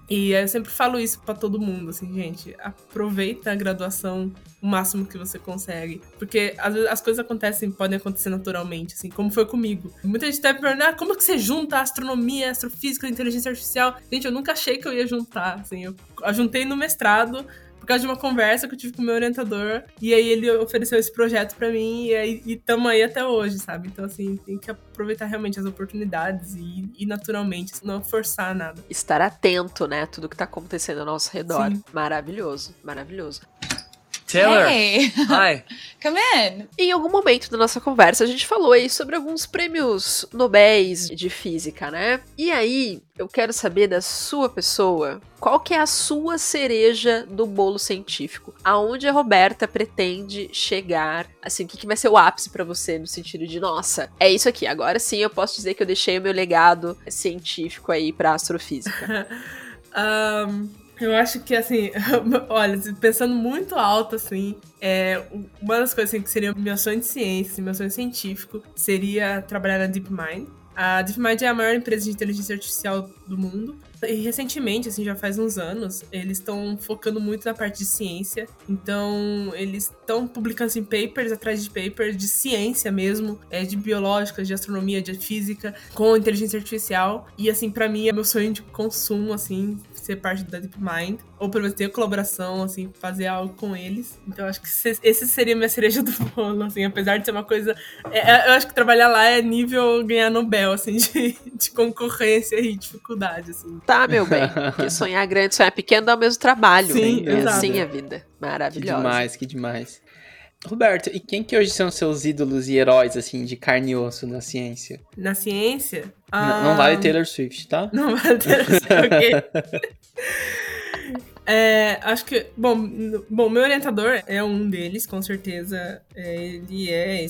E eu sempre falo isso pra todo mundo, assim, gente, aproveita a graduação o máximo que você consegue. Porque às vezes as coisas podem acontecer naturalmente, assim, como foi comigo. Muita gente tá me perguntando, como é que você junta a astronomia, a astrofísica, a inteligência artificial? Gente, eu nunca achei que eu ia juntar, assim, eu juntei no mestrado, por causa de uma conversa que eu tive com o meu orientador, e aí ele ofereceu esse projeto pra mim, e tamo aí até hoje, sabe? Então, assim, tem que aproveitar realmente as oportunidades e naturalmente, não forçar nada. Estar atento, né, a tudo que tá acontecendo ao nosso redor. Sim. Maravilhoso, maravilhoso. Taylor. Hey. Hi. Come in. Em algum momento da nossa conversa, a gente falou aí sobre alguns prêmios Nobéis de física, né? E aí, eu quero saber da sua pessoa, qual que é a sua cereja do bolo científico? Aonde a Roberta pretende chegar? Assim, o que vai ser o ápice pra você, no sentido de, nossa, é isso aqui, agora sim eu posso dizer que eu deixei o meu legado científico aí pra astrofísica. Eu acho que, assim, olha, pensando muito alto, assim, uma das coisas assim, que seria meu sonho de ciência, assim, meu sonho científico, seria trabalhar na DeepMind. A DeepMind é a maior empresa de inteligência artificial do mundo. E recentemente, assim, já faz uns anos, eles estão focando muito na parte de ciência. Então, eles estão publicando, assim, papers atrás de papers de ciência mesmo, de biológicas, de astronomia, de física, com inteligência artificial. E, assim, pra mim é meu sonho de consumo, assim, ser parte da DeepMind. Ou pelo menos ter colaboração, assim, fazer algo com eles. Então, acho que esse seria minha cereja do bolo, assim, apesar de ser uma coisa... eu acho que trabalhar lá é nível ganhar Nobel, assim, de concorrência e dificuldade, assim. Tá, meu bem, porque sonhar grande, sonhar pequeno dá o mesmo trabalho. Sim, né? exato. Assim a vida. Maravilhosa. Que demais. Roberto, e quem que hoje são seus ídolos e heróis, assim, de carne e osso na ciência? Na ciência? Não vale Taylor Swift, tá? Não vale Taylor Swift, ok. Acho que... Bom, meu orientador é um deles, com certeza. Ele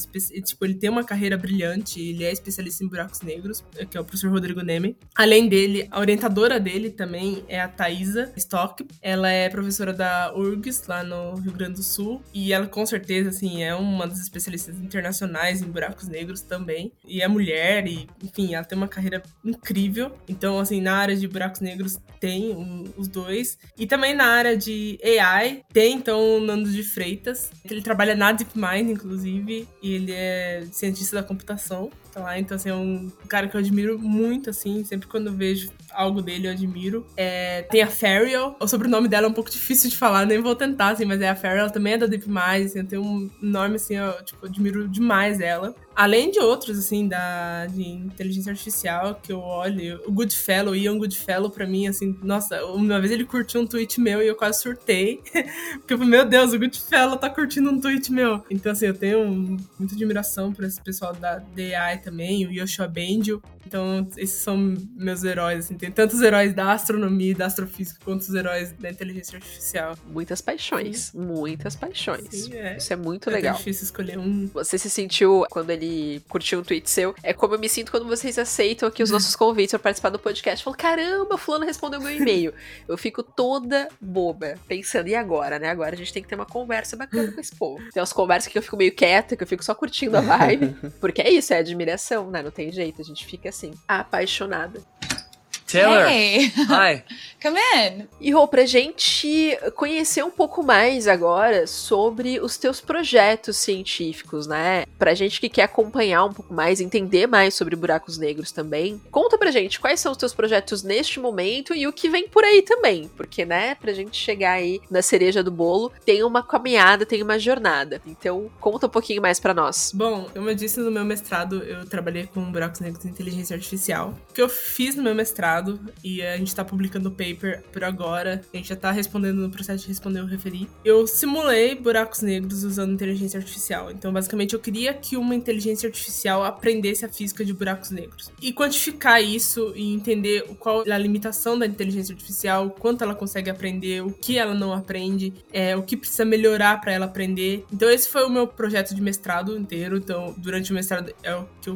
ele tem uma carreira brilhante, ele é especialista em buracos negros, que é o professor Rodrigo Neme. Além dele, a orientadora dele também é a Thaisa Stock. Ela é professora da URGS, lá no Rio Grande do Sul. E ela, com certeza, assim, é uma das especialistas internacionais em buracos negros também. E é mulher, e, enfim, ela tem uma carreira incrível. Então, assim, na área de buracos negros tem os dois. E também na área de AI, tem, então, o Nando de Freitas. Ele trabalha na DeepMind, inclusive, e ele é cientista da computação. Tá lá, então, assim, é um cara que eu admiro muito, assim, sempre quando eu vejo algo dele eu admiro. Tem a Fariel, o sobrenome dela é um pouco difícil de falar, nem vou tentar, assim, mas a Fariel também é da DeepMind, assim, eu tenho um nome, assim, eu admiro demais ela. Além de outros, assim, de inteligência artificial, que eu olho, o Goodfellow, Ian Goodfellow, pra mim, assim, nossa, uma vez ele curtiu um tweet meu e eu quase surtei, porque eu falei, meu Deus, o Goodfellow tá curtindo um tweet meu. Então, assim, eu tenho muita admiração por esse pessoal da AI também, o Yoshua Bengio. Então, esses são meus heróis, assim, tem tantos heróis da astronomia e da astrofísica quanto os heróis da inteligência artificial. Muitas paixões, Sim. Muitas paixões. Sim, Isso é muito legal. É difícil escolher um. Você se sentiu, quando ele curtiu um tweet seu, é como eu me sinto quando vocês aceitam aqui os nossos convites pra participar do podcast. Eu falo, caramba, fulano respondeu meu e-mail. Eu fico toda boba, pensando, e agora, né? Agora a gente tem que ter uma conversa bacana com esse povo. Tem umas conversas que eu fico meio quieta, que eu fico só curtindo a vibe, porque é isso, é admiração, né? Não tem jeito, a gente fica assim, apaixonada. Taylor. Hey. Hi. Come in. E Rô, pra gente conhecer um pouco mais agora sobre os teus projetos científicos, né? Pra gente que quer acompanhar um pouco mais, entender mais sobre buracos negros também, conta pra gente quais são os teus projetos neste momento e o que vem por aí também, porque, né, pra gente chegar aí na cereja do bolo, tem uma caminhada, tem uma jornada. Então, conta um pouquinho mais pra nós. Bom, como eu disse, no meu mestrado eu trabalhei com buracos negros e inteligência artificial. O que eu fiz no meu mestrado, e a gente tá publicando o paper por agora, a gente já tá respondendo no processo de responder o referi. Eu simulei buracos negros usando inteligência artificial. Então, basicamente, eu queria que uma inteligência artificial aprendesse a física de buracos negros. E quantificar isso e entender qual é a limitação da inteligência artificial, o quanto ela consegue aprender, o que ela não aprende, o que precisa melhorar para ela aprender. Então, esse foi o meu projeto de mestrado inteiro. Então, durante o mestrado é o que eu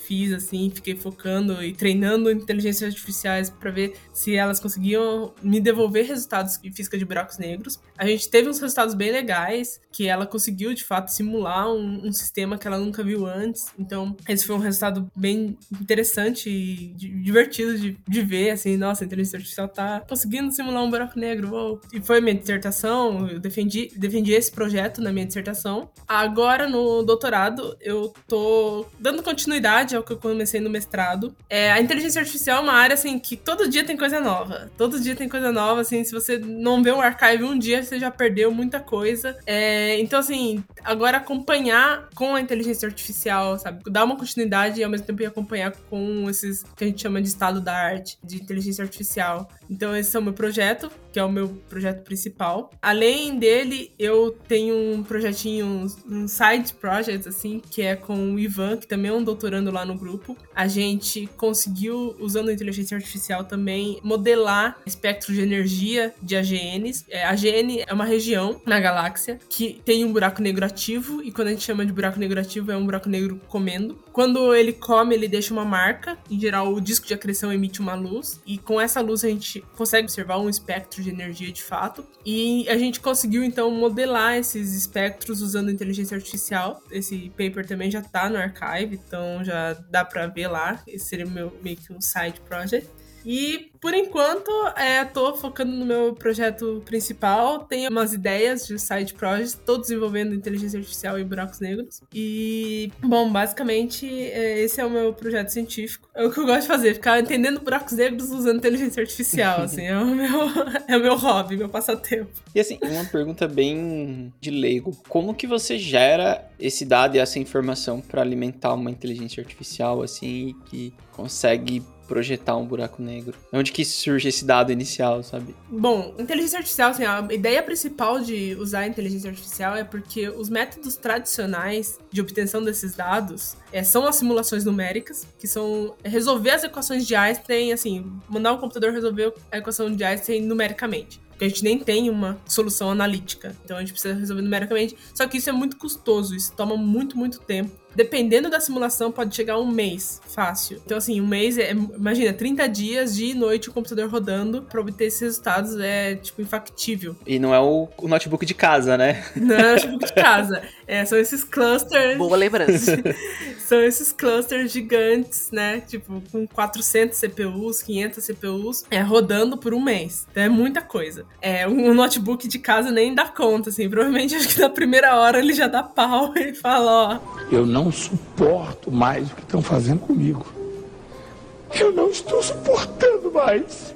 fiz, assim, fiquei focando e treinando inteligências artificiais pra ver se elas conseguiam me devolver resultados de física de buracos negros. A gente teve uns resultados bem legais, que ela conseguiu, de fato, simular um sistema que ela nunca viu antes. Então, esse foi um resultado bem interessante e divertido de ver, assim, nossa, a inteligência artificial tá conseguindo simular um buraco negro, uou. E foi minha dissertação, eu defendi esse projeto na minha dissertação. Agora, no doutorado, eu tô dando continuidade ao que eu comecei no mestrado. A inteligência artificial é uma área, assim, que todo dia tem coisa nova. Todo dia tem coisa nova, assim, se você não vê o archive um dia, você já perdeu muita coisa. Então, assim, agora acompanhar com a inteligência artificial, sabe? Dar uma continuidade e ao mesmo tempo ir acompanhar com esses que a gente chama de estado da arte, de inteligência artificial. Então, esse é o meu projeto, que é o meu projeto principal. Além dele, eu tenho um projetinho, um side project, assim, que é com o Ivan, que também é um doutorando lá no grupo. A gente conseguiu, usando a inteligência artificial também, modelar espectro de energia de AGNs. A AGN é uma região na galáxia que tem um buraco negro ativo, e quando a gente chama de buraco negro ativo, é um buraco negro comendo. Quando ele come, ele deixa uma marca. Em geral, o disco de acreção emite uma luz, e com essa luz a gente consegue observar um espectro de energia de fato. E a gente conseguiu, então, modelar esses espectros usando inteligência artificial. Esse paper também já tá no archive, então já dá pra ver lá. Esse seria meio que um side project. E, por enquanto, tô focando no meu projeto principal. Tenho umas ideias de side projects, todos envolvendo inteligência artificial e buracos negros. E, bom, basicamente, esse é o meu projeto científico. É o que eu gosto de fazer, ficar entendendo buracos negros usando inteligência artificial, assim. É o meu hobby, meu passatempo. E, assim, uma pergunta bem de leigo. Como que você gera esse dado e essa informação para alimentar uma inteligência artificial, assim, que consegue projetar um buraco negro? Onde que surge esse dado inicial, sabe? Bom, inteligência artificial, assim, a ideia principal de usar a inteligência artificial é porque os métodos tradicionais de obtenção desses dados são as simulações numéricas, que são resolver as equações de Einstein, assim, mandar um computador resolver a equação de Einstein numericamente. Porque a gente nem tem uma solução analítica. Então a gente precisa resolver numericamente. Só que isso é muito custoso, isso toma muito, muito tempo. Dependendo da simulação, pode chegar a um mês, fácil. Então, assim, um mês imagina, 30 dias de noite o computador rodando pra obter esses resultados tipo, infactível. E não é o notebook de casa, né? Não é o notebook de casa. São esses clusters... Boa lembrança. São esses clusters gigantes, né? Tipo, com 400 CPUs, 500 CPUs, rodando por um mês. Então é muita coisa. Um notebook de casa nem dá conta, assim. Provavelmente, acho que na primeira hora ele já dá pau e fala, ó... Eu não suporto mais o que estão fazendo comigo. Eu não estou suportando mais.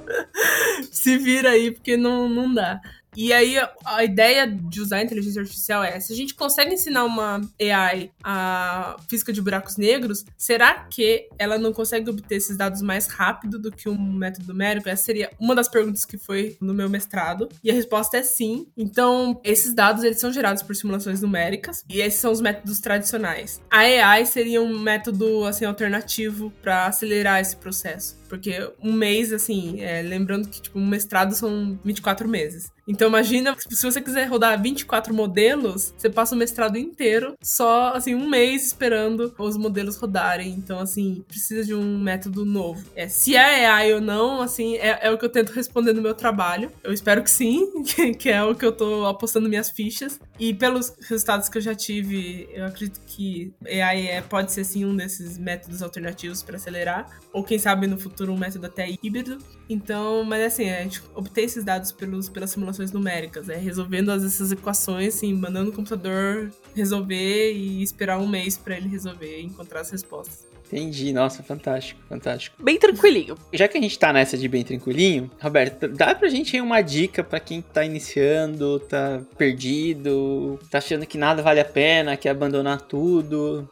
Se vira aí, porque não dá. E aí, a ideia de usar a inteligência artificial se a gente consegue ensinar uma AI a física de buracos negros, será que ela não consegue obter esses dados mais rápido do que um método numérico? Essa seria uma das perguntas que foi no meu mestrado. E a resposta é sim. Então, esses dados, eles são gerados por simulações numéricas, e esses são os métodos tradicionais. A AI seria um método, assim, alternativo para acelerar esse processo. Porque um mês, assim, lembrando que, tipo, um mestrado são 24 meses. Então, imagina, se você quiser rodar 24 modelos, você passa o mestrado inteiro só, assim, um mês esperando os modelos rodarem. Então, assim, precisa de um método novo. Se é AI ou não, assim, é o que eu tento responder no meu trabalho. Eu espero que sim, que é o que eu tô apostando minhas fichas. E pelos resultados que eu já tive, eu acredito que AI pode ser, sim, um desses métodos alternativos para acelerar. Ou, quem sabe, no futuro, um método até híbrido. Então, mas assim, a gente obter esses dados pelas simulações numéricas, resolvendo essas equações, assim, mandando o computador resolver e esperar um mês para ele resolver e encontrar as respostas. Entendi, nossa, fantástico, fantástico. Bem tranquilinho. Já que a gente tá nessa de bem tranquilinho, Roberto, dá pra gente aí uma dica pra quem tá iniciando, tá perdido, tá achando que nada vale a pena, quer abandonar tudo?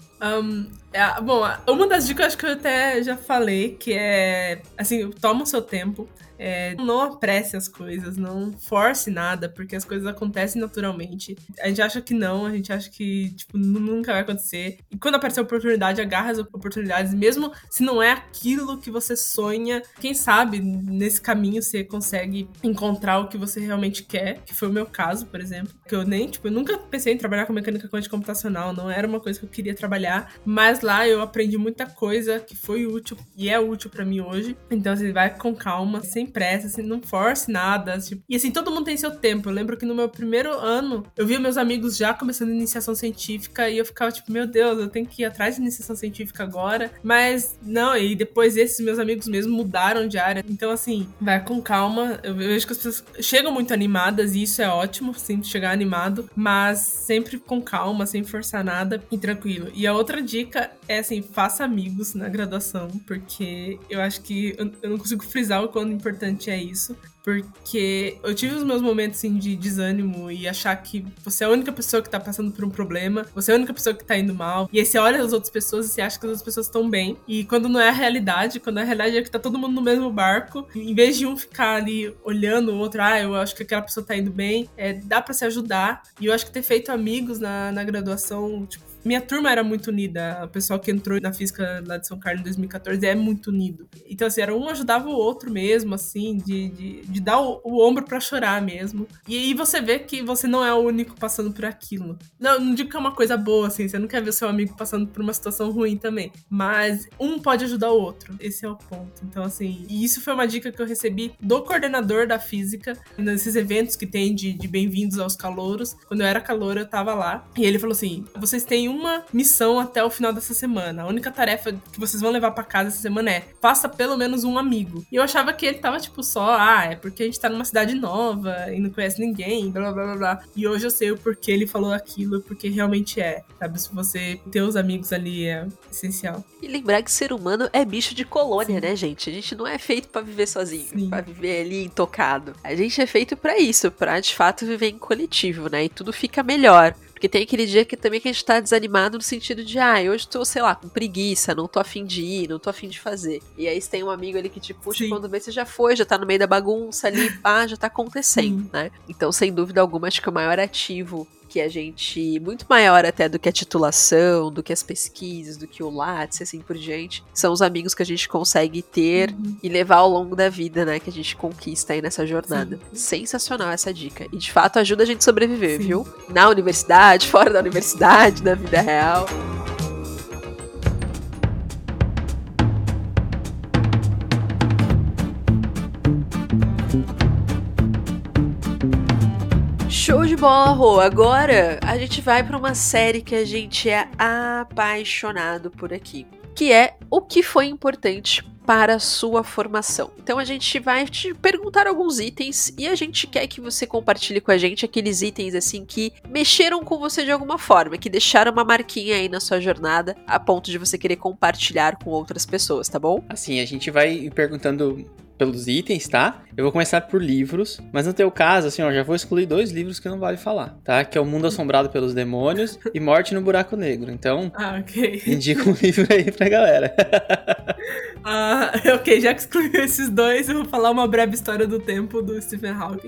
Bom, uma das dicas acho que eu até já falei, que é, assim, toma o seu tempo. Não apresse as coisas, não force nada, porque as coisas acontecem naturalmente. A gente acha que não, a gente acha que, tipo, nunca vai acontecer. E quando aparecer a oportunidade, agarra as oportunidades, mesmo se não é aquilo que você sonha. Quem sabe, nesse caminho, você consegue encontrar o que você realmente quer, que foi o meu caso, por exemplo. Que eu nunca pensei em trabalhar com mecânica quântica computacional, não era uma coisa que eu queria trabalhar. trabalhar, mas lá eu aprendi muita coisa que foi útil e é útil pra mim hoje. Então, assim, vai com calma, sem pressa, assim, não force nada. Tipo... E assim, todo mundo tem seu tempo. Eu lembro que no meu primeiro ano, eu via meus amigos já começando iniciação científica e eu ficava tipo, meu Deus, eu tenho que ir atrás de iniciação científica agora. Mas não, e depois esses meus amigos mesmo mudaram de área. Então, assim, vai com calma. Eu vejo que as pessoas chegam muito animadas e isso é ótimo, sim, chegar animado, mas sempre com calma, sem forçar nada e tranquilo. E a outra dica é, assim, faça amigos na graduação, porque eu acho que eu não consigo frisar o quão importante é isso. Porque eu tive os meus momentos, assim, de desânimo e achar que você é a única pessoa que tá passando por um problema, você é a única pessoa que tá indo mal, e aí você olha as outras pessoas e você acha que as outras pessoas estão bem, e quando não é a realidade, quando a realidade é que tá todo mundo no mesmo barco, em vez de um ficar ali olhando o outro, eu acho que aquela pessoa tá indo bem, dá pra se ajudar, e eu acho que ter feito amigos na graduação, tipo, minha turma era muito unida, o pessoal que entrou na física lá de São Carlos em 2014 é muito unido. Então, assim, era um ajudava o outro mesmo, assim, de dar o ombro pra chorar mesmo. E aí você vê que você não é o único passando por aquilo. Não digo que é uma coisa boa, assim, você não quer ver o seu amigo passando por uma situação ruim também. Mas um pode ajudar o outro, esse é o ponto. Então, assim, e isso foi uma dica que eu recebi do coordenador da física, nesses eventos que tem de bem-vindos aos calouros. Quando eu era caloura, eu tava lá. E ele falou assim, vocês têm uma missão até o final dessa semana. A única tarefa que vocês vão levar pra casa essa semana é faça pelo menos um amigo. E eu achava que ele tava tipo só, é porque a gente tá numa cidade nova e não conhece ninguém, blá blá blá blá. E hoje eu sei o porquê ele falou aquilo, porque realmente sabe? Se você ter os amigos ali é essencial. E lembrar que ser humano é bicho de colônia, né, gente? A gente não é feito pra viver sozinho, pra viver ali intocado. A gente é feito pra isso, pra de fato viver em coletivo, né? E tudo fica melhor. Porque tem aquele dia que também que a gente tá desanimado no sentido de, hoje tô, sei lá, com preguiça, não tô afim de ir, não tô afim de fazer. E aí você tem um amigo ali que te puxa, quando vê você já foi, já tá no meio da bagunça ali, já tá acontecendo, né? Então, sem dúvida alguma, acho que o maior ativo que a gente, muito maior até do que a titulação, do que as pesquisas, do que o Lattes e assim por diante, são os amigos que a gente consegue ter e levar ao longo da vida, né, que a gente conquista aí nessa jornada. Sensacional essa dica. E de fato ajuda a gente a sobreviver, viu? Na universidade, fora da universidade, na vida real. Show de bola, Rô! Agora a gente vai para uma série que a gente é apaixonado por aqui, que é O que foi importante para a sua formação. Então a gente vai te perguntar alguns itens e a gente quer que você compartilhe com a gente aqueles itens assim que mexeram com você de alguma forma, que deixaram uma marquinha aí na sua jornada a ponto de você querer compartilhar com outras pessoas, tá bom? Assim, a gente vai perguntando pelos itens, tá? Eu vou começar por livros, mas no teu caso, assim, já vou excluir 2 livros que não vale falar, tá? Que é O Mundo Assombrado pelos Demônios e Morte no Buraco Negro. Então, ok. Indica um livro aí pra galera. Ok, já que excluiu esses 2, eu vou falar Uma Breve História do Tempo, do Stephen Hawking.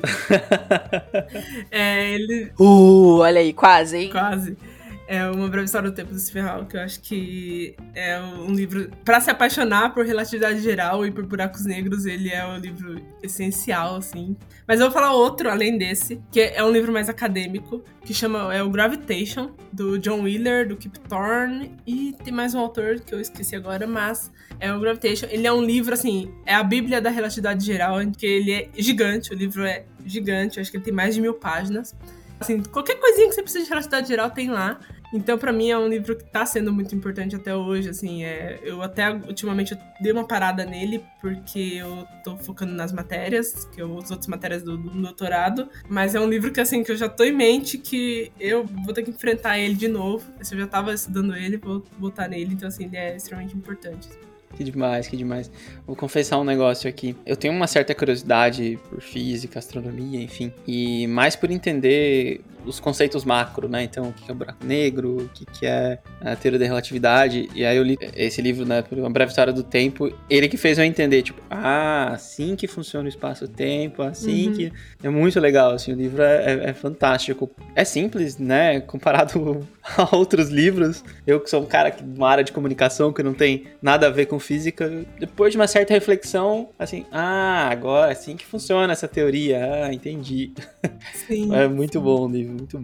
Olha aí, quase, hein? Quase. É Uma Breve História do Tempo do Stephen Hawking, eu acho que é um livro pra se apaixonar por relatividade geral e por buracos negros, ele é um livro essencial, assim. Mas eu vou falar outro, além desse, que é um livro mais acadêmico, que chama o Gravitation, do John Wheeler, do Kip Thorne, e tem mais um autor que eu esqueci agora, mas é o Gravitation. Ele é um livro, assim, é a bíblia da relatividade geral, porque ele é gigante, o livro é gigante, eu acho que ele tem mais de 1000 páginas. Assim, qualquer coisinha que você precisa de relatividade geral tem lá. Então, pra mim, é um livro que tá sendo muito importante até hoje, assim, eu até, ultimamente, eu dei uma parada nele, porque eu tô focando nas matérias, as outras matérias do doutorado, mas é um livro que, assim, que eu já tô em mente que eu vou ter que enfrentar ele de novo. Se eu já tava estudando ele, vou voltar nele, então, assim, ele é extremamente importante. Que demais, que demais. Vou confessar um negócio aqui. Eu tenho uma certa curiosidade por física, astronomia, enfim, e mais por entender os conceitos macro, né? Então, o que é o buraco negro, o que é a teoria da relatividade. E aí eu li esse livro, né, Uma Breve História do Tempo, ele que fez eu entender, tipo, assim que funciona o espaço-tempo, assim que... É muito legal, assim, o livro é fantástico. É simples, né, comparado a outros livros. Eu que sou um cara de uma área de comunicação que não tem nada a ver com física, depois de uma certa reflexão, assim, agora é assim que funciona essa teoria, entendi. Sim, é muito bom o livro, muito bom.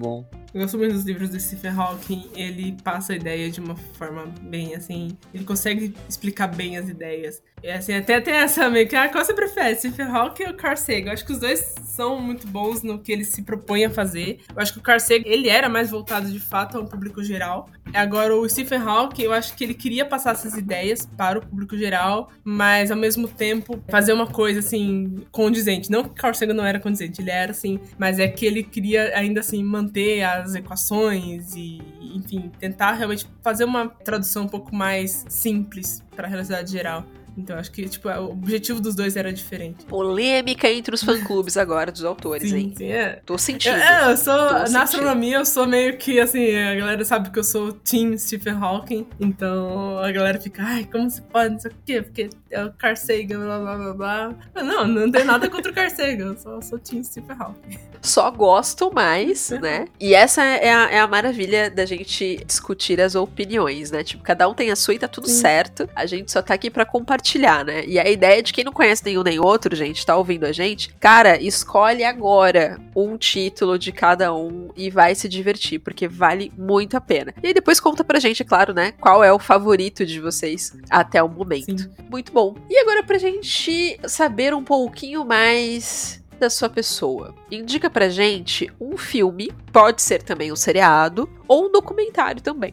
Eu gosto muito dos livros do Stephen Hawking. Ele passa a ideia de uma forma bem, assim... Ele consegue explicar bem as ideias. E, assim, até tem essa meio que... qual você prefere, Stephen Hawking ou Carl Sagan? Eu acho que os dois são muito bons no que eles se propõem a fazer. Eu acho que o Carl Sagan, ele era mais voltado, de fato, ao público geral. Agora, o Stephen Hawking, eu acho que ele queria passar essas ideias para o público geral, mas, ao mesmo tempo, fazer uma coisa, assim, condizente. Não que o Carl Sagan não era condizente, ele era, assim, mas é que ele queria, ainda assim, manter as equações e, enfim, tentar realmente fazer uma tradução um pouco mais simples para a realidade geral. Então, acho que, tipo, o objetivo dos dois era diferente. Polêmica entre os fã-clubes agora dos autores, hein? Sim, é. Tô sentindo. Eu sou... Na astronomia, eu sou meio que, assim, a galera sabe que eu sou Team Stephen Hawking, então a galera fica, como você pode, não sei o quê, porque é o Carl Sagan, blá, blá, blá, blá. Não tem nada contra o Carl Sagan, eu sou Team Stephen Hawking. Só gosto mais, né? E essa é a maravilha da gente discutir as opiniões, né? Tipo, cada um tem a sua e tá tudo certo. A gente só tá aqui pra compartilhar, né? E a ideia de quem não conhece nenhum nem outro, gente, tá ouvindo a gente, cara, escolhe agora um título de cada um e vai se divertir, porque vale muito a pena. E aí depois conta pra gente, é claro, né? Qual é o favorito de vocês até o momento. Sim. Muito bom. E agora pra gente saber um pouquinho mais da sua pessoa. Indica pra gente um filme, pode ser também um seriado, ou um documentário também.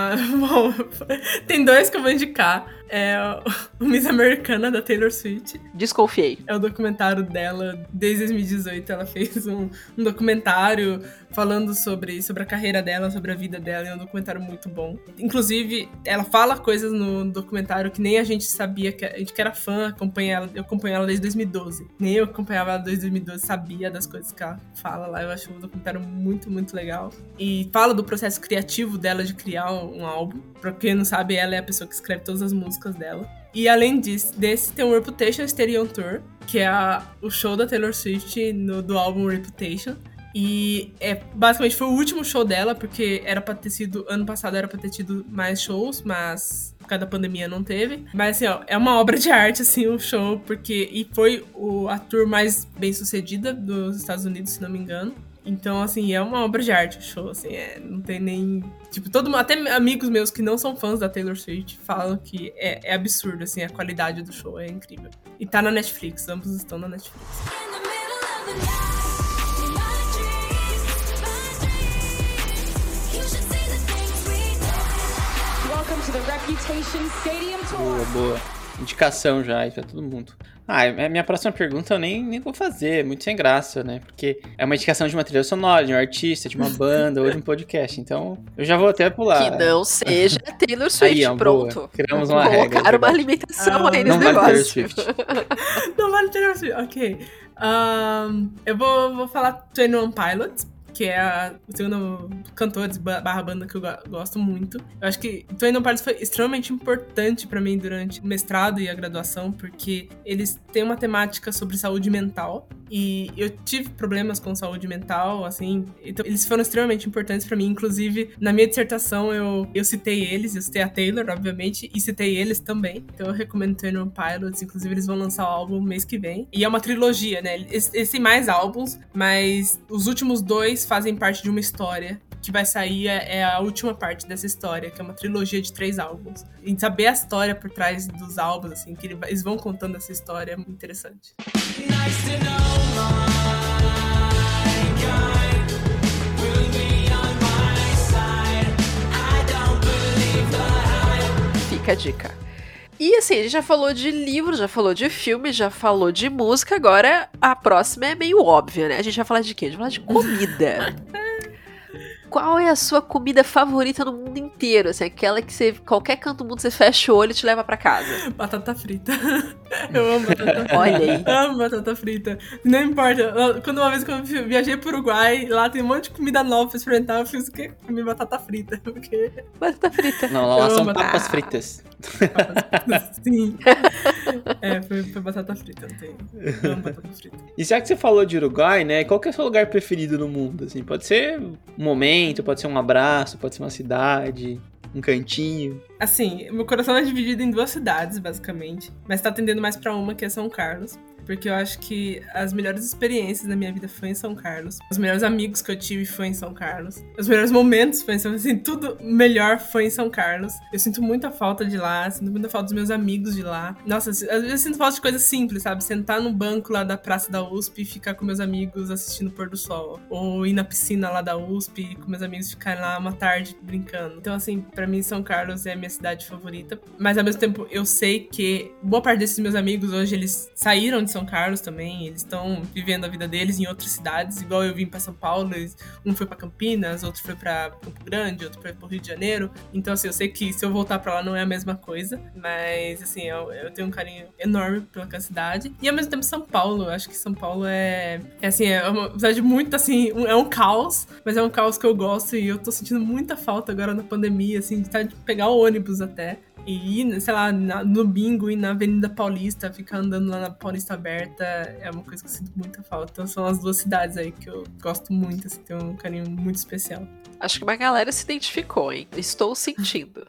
Bom, tem dois que eu vou indicar. É o Miss Americana, da Taylor Swift. Desconfiei. É o documentário dela, desde 2018. Ela fez um documentário falando sobre a carreira dela, sobre a vida dela. É um documentário muito bom. Inclusive, ela fala coisas no documentário que nem a gente sabia, a gente que era fã, eu acompanho ela desde 2012. Nem eu acompanhava ela desde 2012, sabia das coisas que ela fala lá. Eu acho um documentário muito, muito legal. E fala do processo criativo dela de criar um álbum. Pra quem não sabe, ela é a pessoa que escreve todas as músicas dela. E além desse tem o Reputation Stadium Tour, que é o show da Taylor Swift do álbum Reputation. E basicamente foi o último show dela, porque era pra ter sido, ano passado era pra ter tido mais shows, mas por causa da pandemia não teve. Mas assim, é uma obra de arte, assim, o show, e foi a tour mais bem sucedida dos Estados Unidos, se não me engano. Então, assim, é uma obra de arte o show, assim, não tem nem... Tipo, até amigos meus que não são fãs da Taylor Swift falam que é absurdo, assim, a qualidade do show é incrível. E tá na Netflix, ambos estão na Netflix. Welcome to the Reputation Stadium Tour. Boa. Indicação já aí pra todo mundo. Minha próxima pergunta eu nem vou fazer, é muito sem graça, né? Porque é uma indicação de uma trilha sonora, de um artista, de uma banda ou de um podcast. Então, eu já vou até pular. Que não seja Taylor Swift, aí, pronto. Boa. Criamos uma regra. Colocaram uma limitação aí nesse negócio. Não vale Taylor Swift. Não vale Taylor Swift, ok. Eu vou falar 21 Pilots, que é o segundo cantores barra banda que eu gosto muito. Eu acho que 21 Pilots foi extremamente importante pra mim durante o mestrado e a graduação, porque eles têm uma temática sobre saúde mental. E eu tive problemas com saúde mental, assim, então eles foram extremamente importantes pra mim. Inclusive, na minha dissertação, eu citei eles, eu citei a Taylor, obviamente, e citei eles também. Então eu recomendo 21 Pilots, inclusive eles vão lançar o álbum mês que vem. E é uma trilogia, né? Eles têm mais álbuns, mas os últimos dois fazem parte de uma história que vai sair, é a última parte dessa história, que é uma trilogia de 3 álbuns. E saber a história por trás dos álbuns, assim, que eles vão contando essa história, é muito interessante. Fica a dica. E assim, a gente já falou de livro, já falou de filme, já falou de música, agora a próxima é meio óbvia, né? A gente vai falar de quê? A gente vai falar de comida. Qual é a sua comida favorita no mundo inteiro? Assim, aquela que qualquer canto do mundo você fecha o olho e te leva pra casa. Batata frita. Eu amo batata frita. Olha aí. Amo batata frita. Não importa. Uma vez que eu viajei pro Uruguai, lá tem um monte de comida nova pra experimentar, eu fiz o quê? Comi batata frita. Porque... Batata frita. Não, lá são papas fritas. Sim. Foi batata frita. Eu amo batata frita. E já que você falou de Uruguai, né? Qual que é o seu lugar preferido no mundo? Assim, pode ser um momento, pode ser um abraço, pode ser uma cidade, um cantinho. Assim, meu coração é dividido em 2 cidades, basicamente. Mas tá tendendo mais pra uma, que é São Carlos. porque eu acho que as melhores experiências da minha vida foi em São Carlos. Os melhores amigos que eu tive foi em São Carlos. Os melhores momentos foi em São Carlos. Assim, tudo melhor foi em São Carlos. Eu sinto muita falta de lá, sinto muita falta dos meus amigos de lá. Nossa, às vezes eu sinto falta de coisas simples, sabe? Sentar no banco lá da praça da USP e ficar com meus amigos assistindo o pôr do sol. Ou ir na piscina lá da USP e com meus amigos ficarem lá uma tarde brincando. Então, assim, pra mim, São Carlos é a minha cidade favorita. Mas, ao mesmo tempo, eu sei que boa parte desses meus amigos hoje, eles saíram de São Carlos também. Eles estão vivendo a vida deles em outras cidades. Igual eu vim pra São Paulo, um foi pra Campinas, outro foi pra Campo Grande, outro foi pro Rio de Janeiro. Então, assim, eu sei que se eu voltar pra lá não é a mesma coisa. Mas, assim, eu tenho um carinho enorme pela cidade. E, ao mesmo tempo, São Paulo. Eu acho que São Paulo é uma cidade muito, assim, é um caos. Mas é um caos que eu gosto e eu tô sentindo muita falta agora na pandemia, assim, de pegar o ônibus até. E ir, sei lá, no bingo e na Avenida Paulista, ficar andando lá na Paulista Aberta é uma coisa que eu sinto muita falta. Então são as duas cidades aí que eu gosto muito, assim, tenho um carinho muito especial. Acho que uma galera se identificou, hein? Estou sentindo.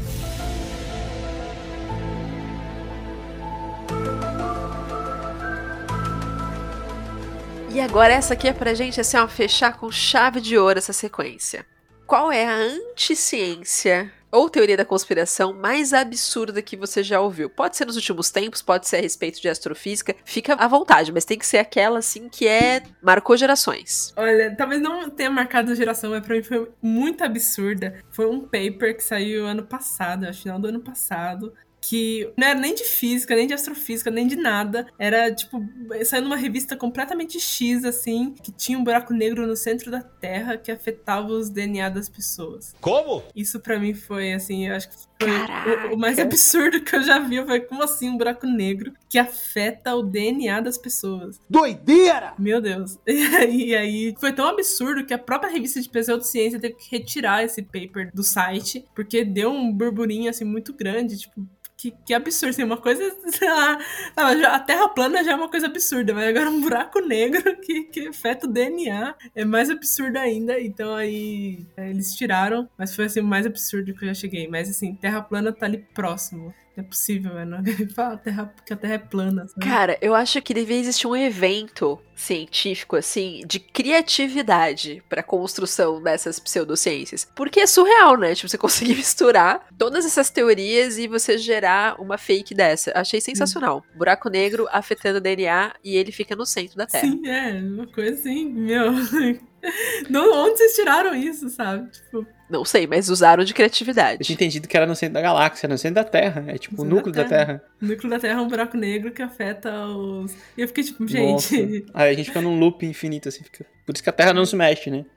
E agora essa aqui é pra gente, assim, ó, fechar com chave de ouro essa sequência. Qual é a anticiência ou teoria da conspiração mais absurda que você já ouviu? Pode ser nos últimos tempos, pode ser a respeito de astrofísica, fica à vontade, mas tem que ser aquela, assim, que marcou gerações. Olha, talvez não tenha marcado a geração, mas pra mim foi muito absurda. Foi um paper que saiu ano passado, acho, final do ano passado, que não era nem de física, nem de astrofísica, nem de nada. Era, tipo, saiu numa revista completamente X, assim, que tinha um buraco negro no centro da Terra que afetava os DNA das pessoas. Como? Isso pra mim foi, assim, eu acho que foi o mais absurdo que eu já vi. Foi como assim um buraco negro que afeta o DNA das pessoas? Doideira! Meu Deus. E aí foi tão absurdo que a própria revista de pseudociência teve que retirar esse paper do site, porque deu um burburinho, assim, muito grande, tipo, que absurdo, assim, uma coisa, sei lá, a Terra plana já é uma coisa absurda, mas agora um buraco negro que afeta o DNA é mais absurdo ainda. Então aí eles tiraram, mas foi assim o mais absurdo que eu já cheguei. Mas assim, Terra plana tá ali próximo. Não é possível, mano. Fala que a Terra é plana. Sabe? Cara, eu acho que devia existir um evento científico, assim, de criatividade pra construção dessas pseudociências. Porque é surreal, né? Tipo, você conseguir misturar todas essas teorias e você gerar uma fake dessa. Achei sensacional. Buraco negro afetando o DNA e ele fica no centro da Terra. Sim, é. Uma coisa assim, meu... Onde vocês tiraram isso, sabe? Tipo... Não sei, mas usaram de criatividade. Eu tinha entendido que era no centro da galáxia, no centro da Terra. É tipo o núcleo da Terra. O núcleo da Terra é um buraco negro que afeta os... E eu fiquei tipo, gente... Nossa. Aí a gente fica num loop infinito, assim. Fica... Por isso que a Terra não se mexe, né?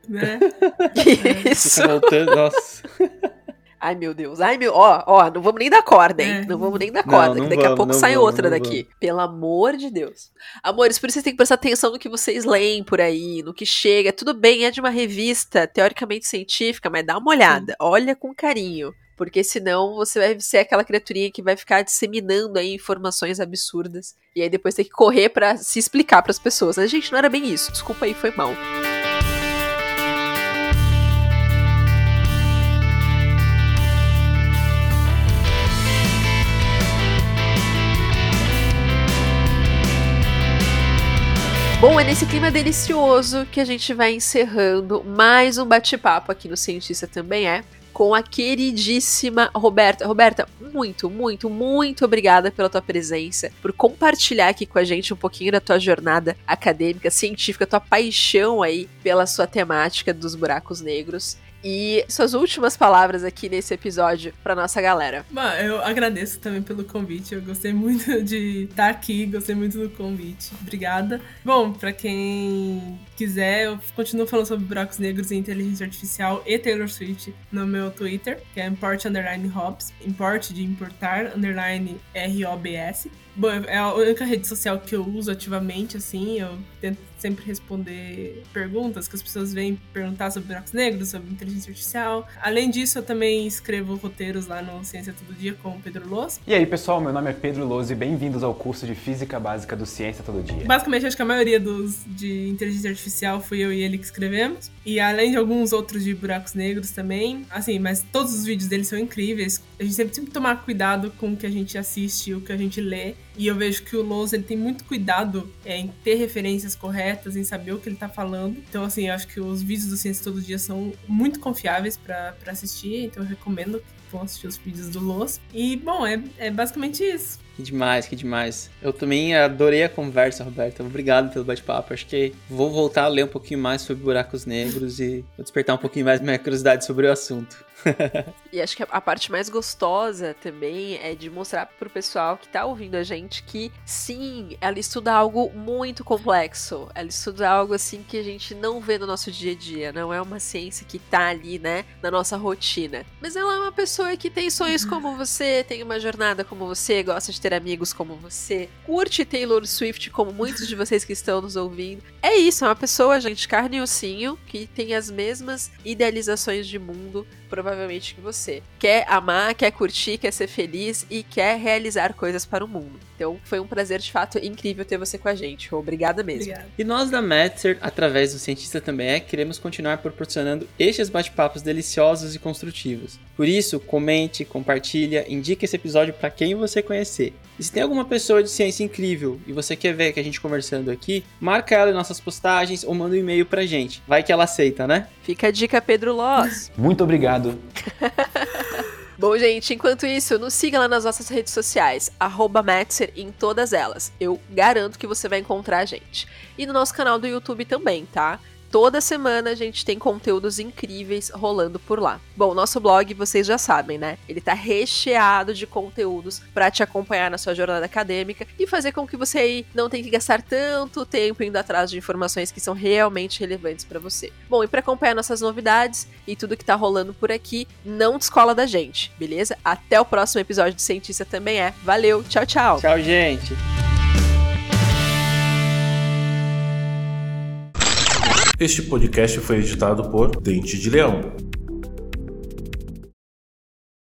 Isso. Fica voltando, nossa... Ai, meu Deus. Ai, meu... Ó, não vamos nem dar corda, hein? Não vamos nem dar corda, não que daqui a pouco sai outra daqui. Vamos. Pelo amor de Deus. Amores, por isso vocês têm que prestar atenção no que vocês leem por aí, no que chega. Tudo bem, é de uma revista teoricamente científica, mas dá uma olhada. Olha com carinho. Porque senão você vai ser aquela criaturinha que vai ficar disseminando aí informações absurdas. E aí depois tem que correr pra se explicar pras pessoas. Mas, gente, não era bem isso. Desculpa aí, foi mal. Bom, é nesse clima delicioso que a gente vai encerrando mais um bate-papo aqui no Cientista Também É, com a queridíssima Roberta. Roberta, muito, muito, muito obrigada pela tua presença, por compartilhar aqui com a gente um pouquinho da tua jornada acadêmica, científica, tua paixão aí pela sua temática dos buracos negros. E suas últimas palavras aqui nesse episódio pra nossa galera. Bom, eu agradeço também pelo convite, eu gostei muito de estar aqui, gostei muito do convite, obrigada. Bom, pra quem quiser, eu continuo falando sobre buracos negros e inteligência artificial e Taylor Swift no meu Twitter, que é import_hobbs, import de importar, _ROBS. Bom, é a única rede social que eu uso ativamente, assim, eu tento sempre responder perguntas que as pessoas vêm perguntar sobre buracos negros, sobre inteligência artificial. Além disso, eu também escrevo roteiros lá no Ciência Todo Dia com o Pedro Loz. E aí, pessoal, meu nome é Pedro Loz e bem-vindos ao curso de Física Básica do Ciência Todo Dia. Basicamente, acho que a maioria de inteligência artificial fui eu e ele que escrevemos. E além de alguns outros de buracos negros também, assim, mas todos os vídeos dele são incríveis. A gente sempre tem que tomar cuidado com o que a gente assiste e o que a gente lê. E eu vejo que o Loz, ele tem muito cuidado em ter referências corretas, em saber o que ele tá falando. Então, assim, eu acho que os vídeos do Ciência Todo Dia são muito confiáveis pra assistir, então eu recomendo que vão assistir os vídeos do Loz. E, bom, é basicamente isso. Que demais. Eu também adorei a conversa, Roberta. Obrigado pelo bate-papo. Acho que vou voltar a ler um pouquinho mais sobre buracos negros e vou despertar um pouquinho mais minha curiosidade sobre o assunto. E acho que a parte mais gostosa também é de mostrar pro pessoal que tá ouvindo a gente que, sim, ela estuda algo muito complexo. Ela estuda algo, assim, que a gente não vê no nosso dia a dia. Não é uma ciência que tá ali, né, na nossa rotina. Mas ela é uma pessoa que tem sonhos como você, tem uma jornada como você, gosta de ter amigos como você, curte Taylor Swift como muitos de vocês que estão nos ouvindo. É isso, é uma pessoa, gente, carne e ossinho, que tem as mesmas idealizações de mundo, provavelmente, que você. Quer amar, quer curtir, quer ser feliz e quer realizar coisas para o mundo. Então, foi um prazer, de fato, incrível ter você com a gente. Obrigada mesmo. Obrigada. E nós da Metzer, através do Cientista Também queremos continuar proporcionando estes bate-papos deliciosos e construtivos. Por isso, comente, compartilha, indique esse episódio para quem você conhecer. E se tem alguma pessoa de ciência incrível e você quer ver que a gente conversando aqui, marca ela em nossas postagens ou manda um e-mail pra gente. Vai que ela aceita, né? Fica a dica, Pedro Loz. Muito obrigado. Bom, gente, enquanto isso, nos siga lá nas nossas redes sociais, @Metzer em todas elas. Eu garanto que você vai encontrar a gente. E no nosso canal do YouTube também, tá? Toda semana a gente tem conteúdos incríveis rolando por lá. Bom, nosso blog, vocês já sabem, né? Ele tá recheado de conteúdos pra te acompanhar na sua jornada acadêmica e fazer com que você aí não tenha que gastar tanto tempo indo atrás de informações que são realmente relevantes pra você. Bom, e pra acompanhar nossas novidades e tudo que tá rolando por aqui, não descola da gente, beleza? Até o próximo episódio do Cientista Também Valeu, tchau, tchau! Tchau, gente! Este podcast foi editado por Dente de Leão.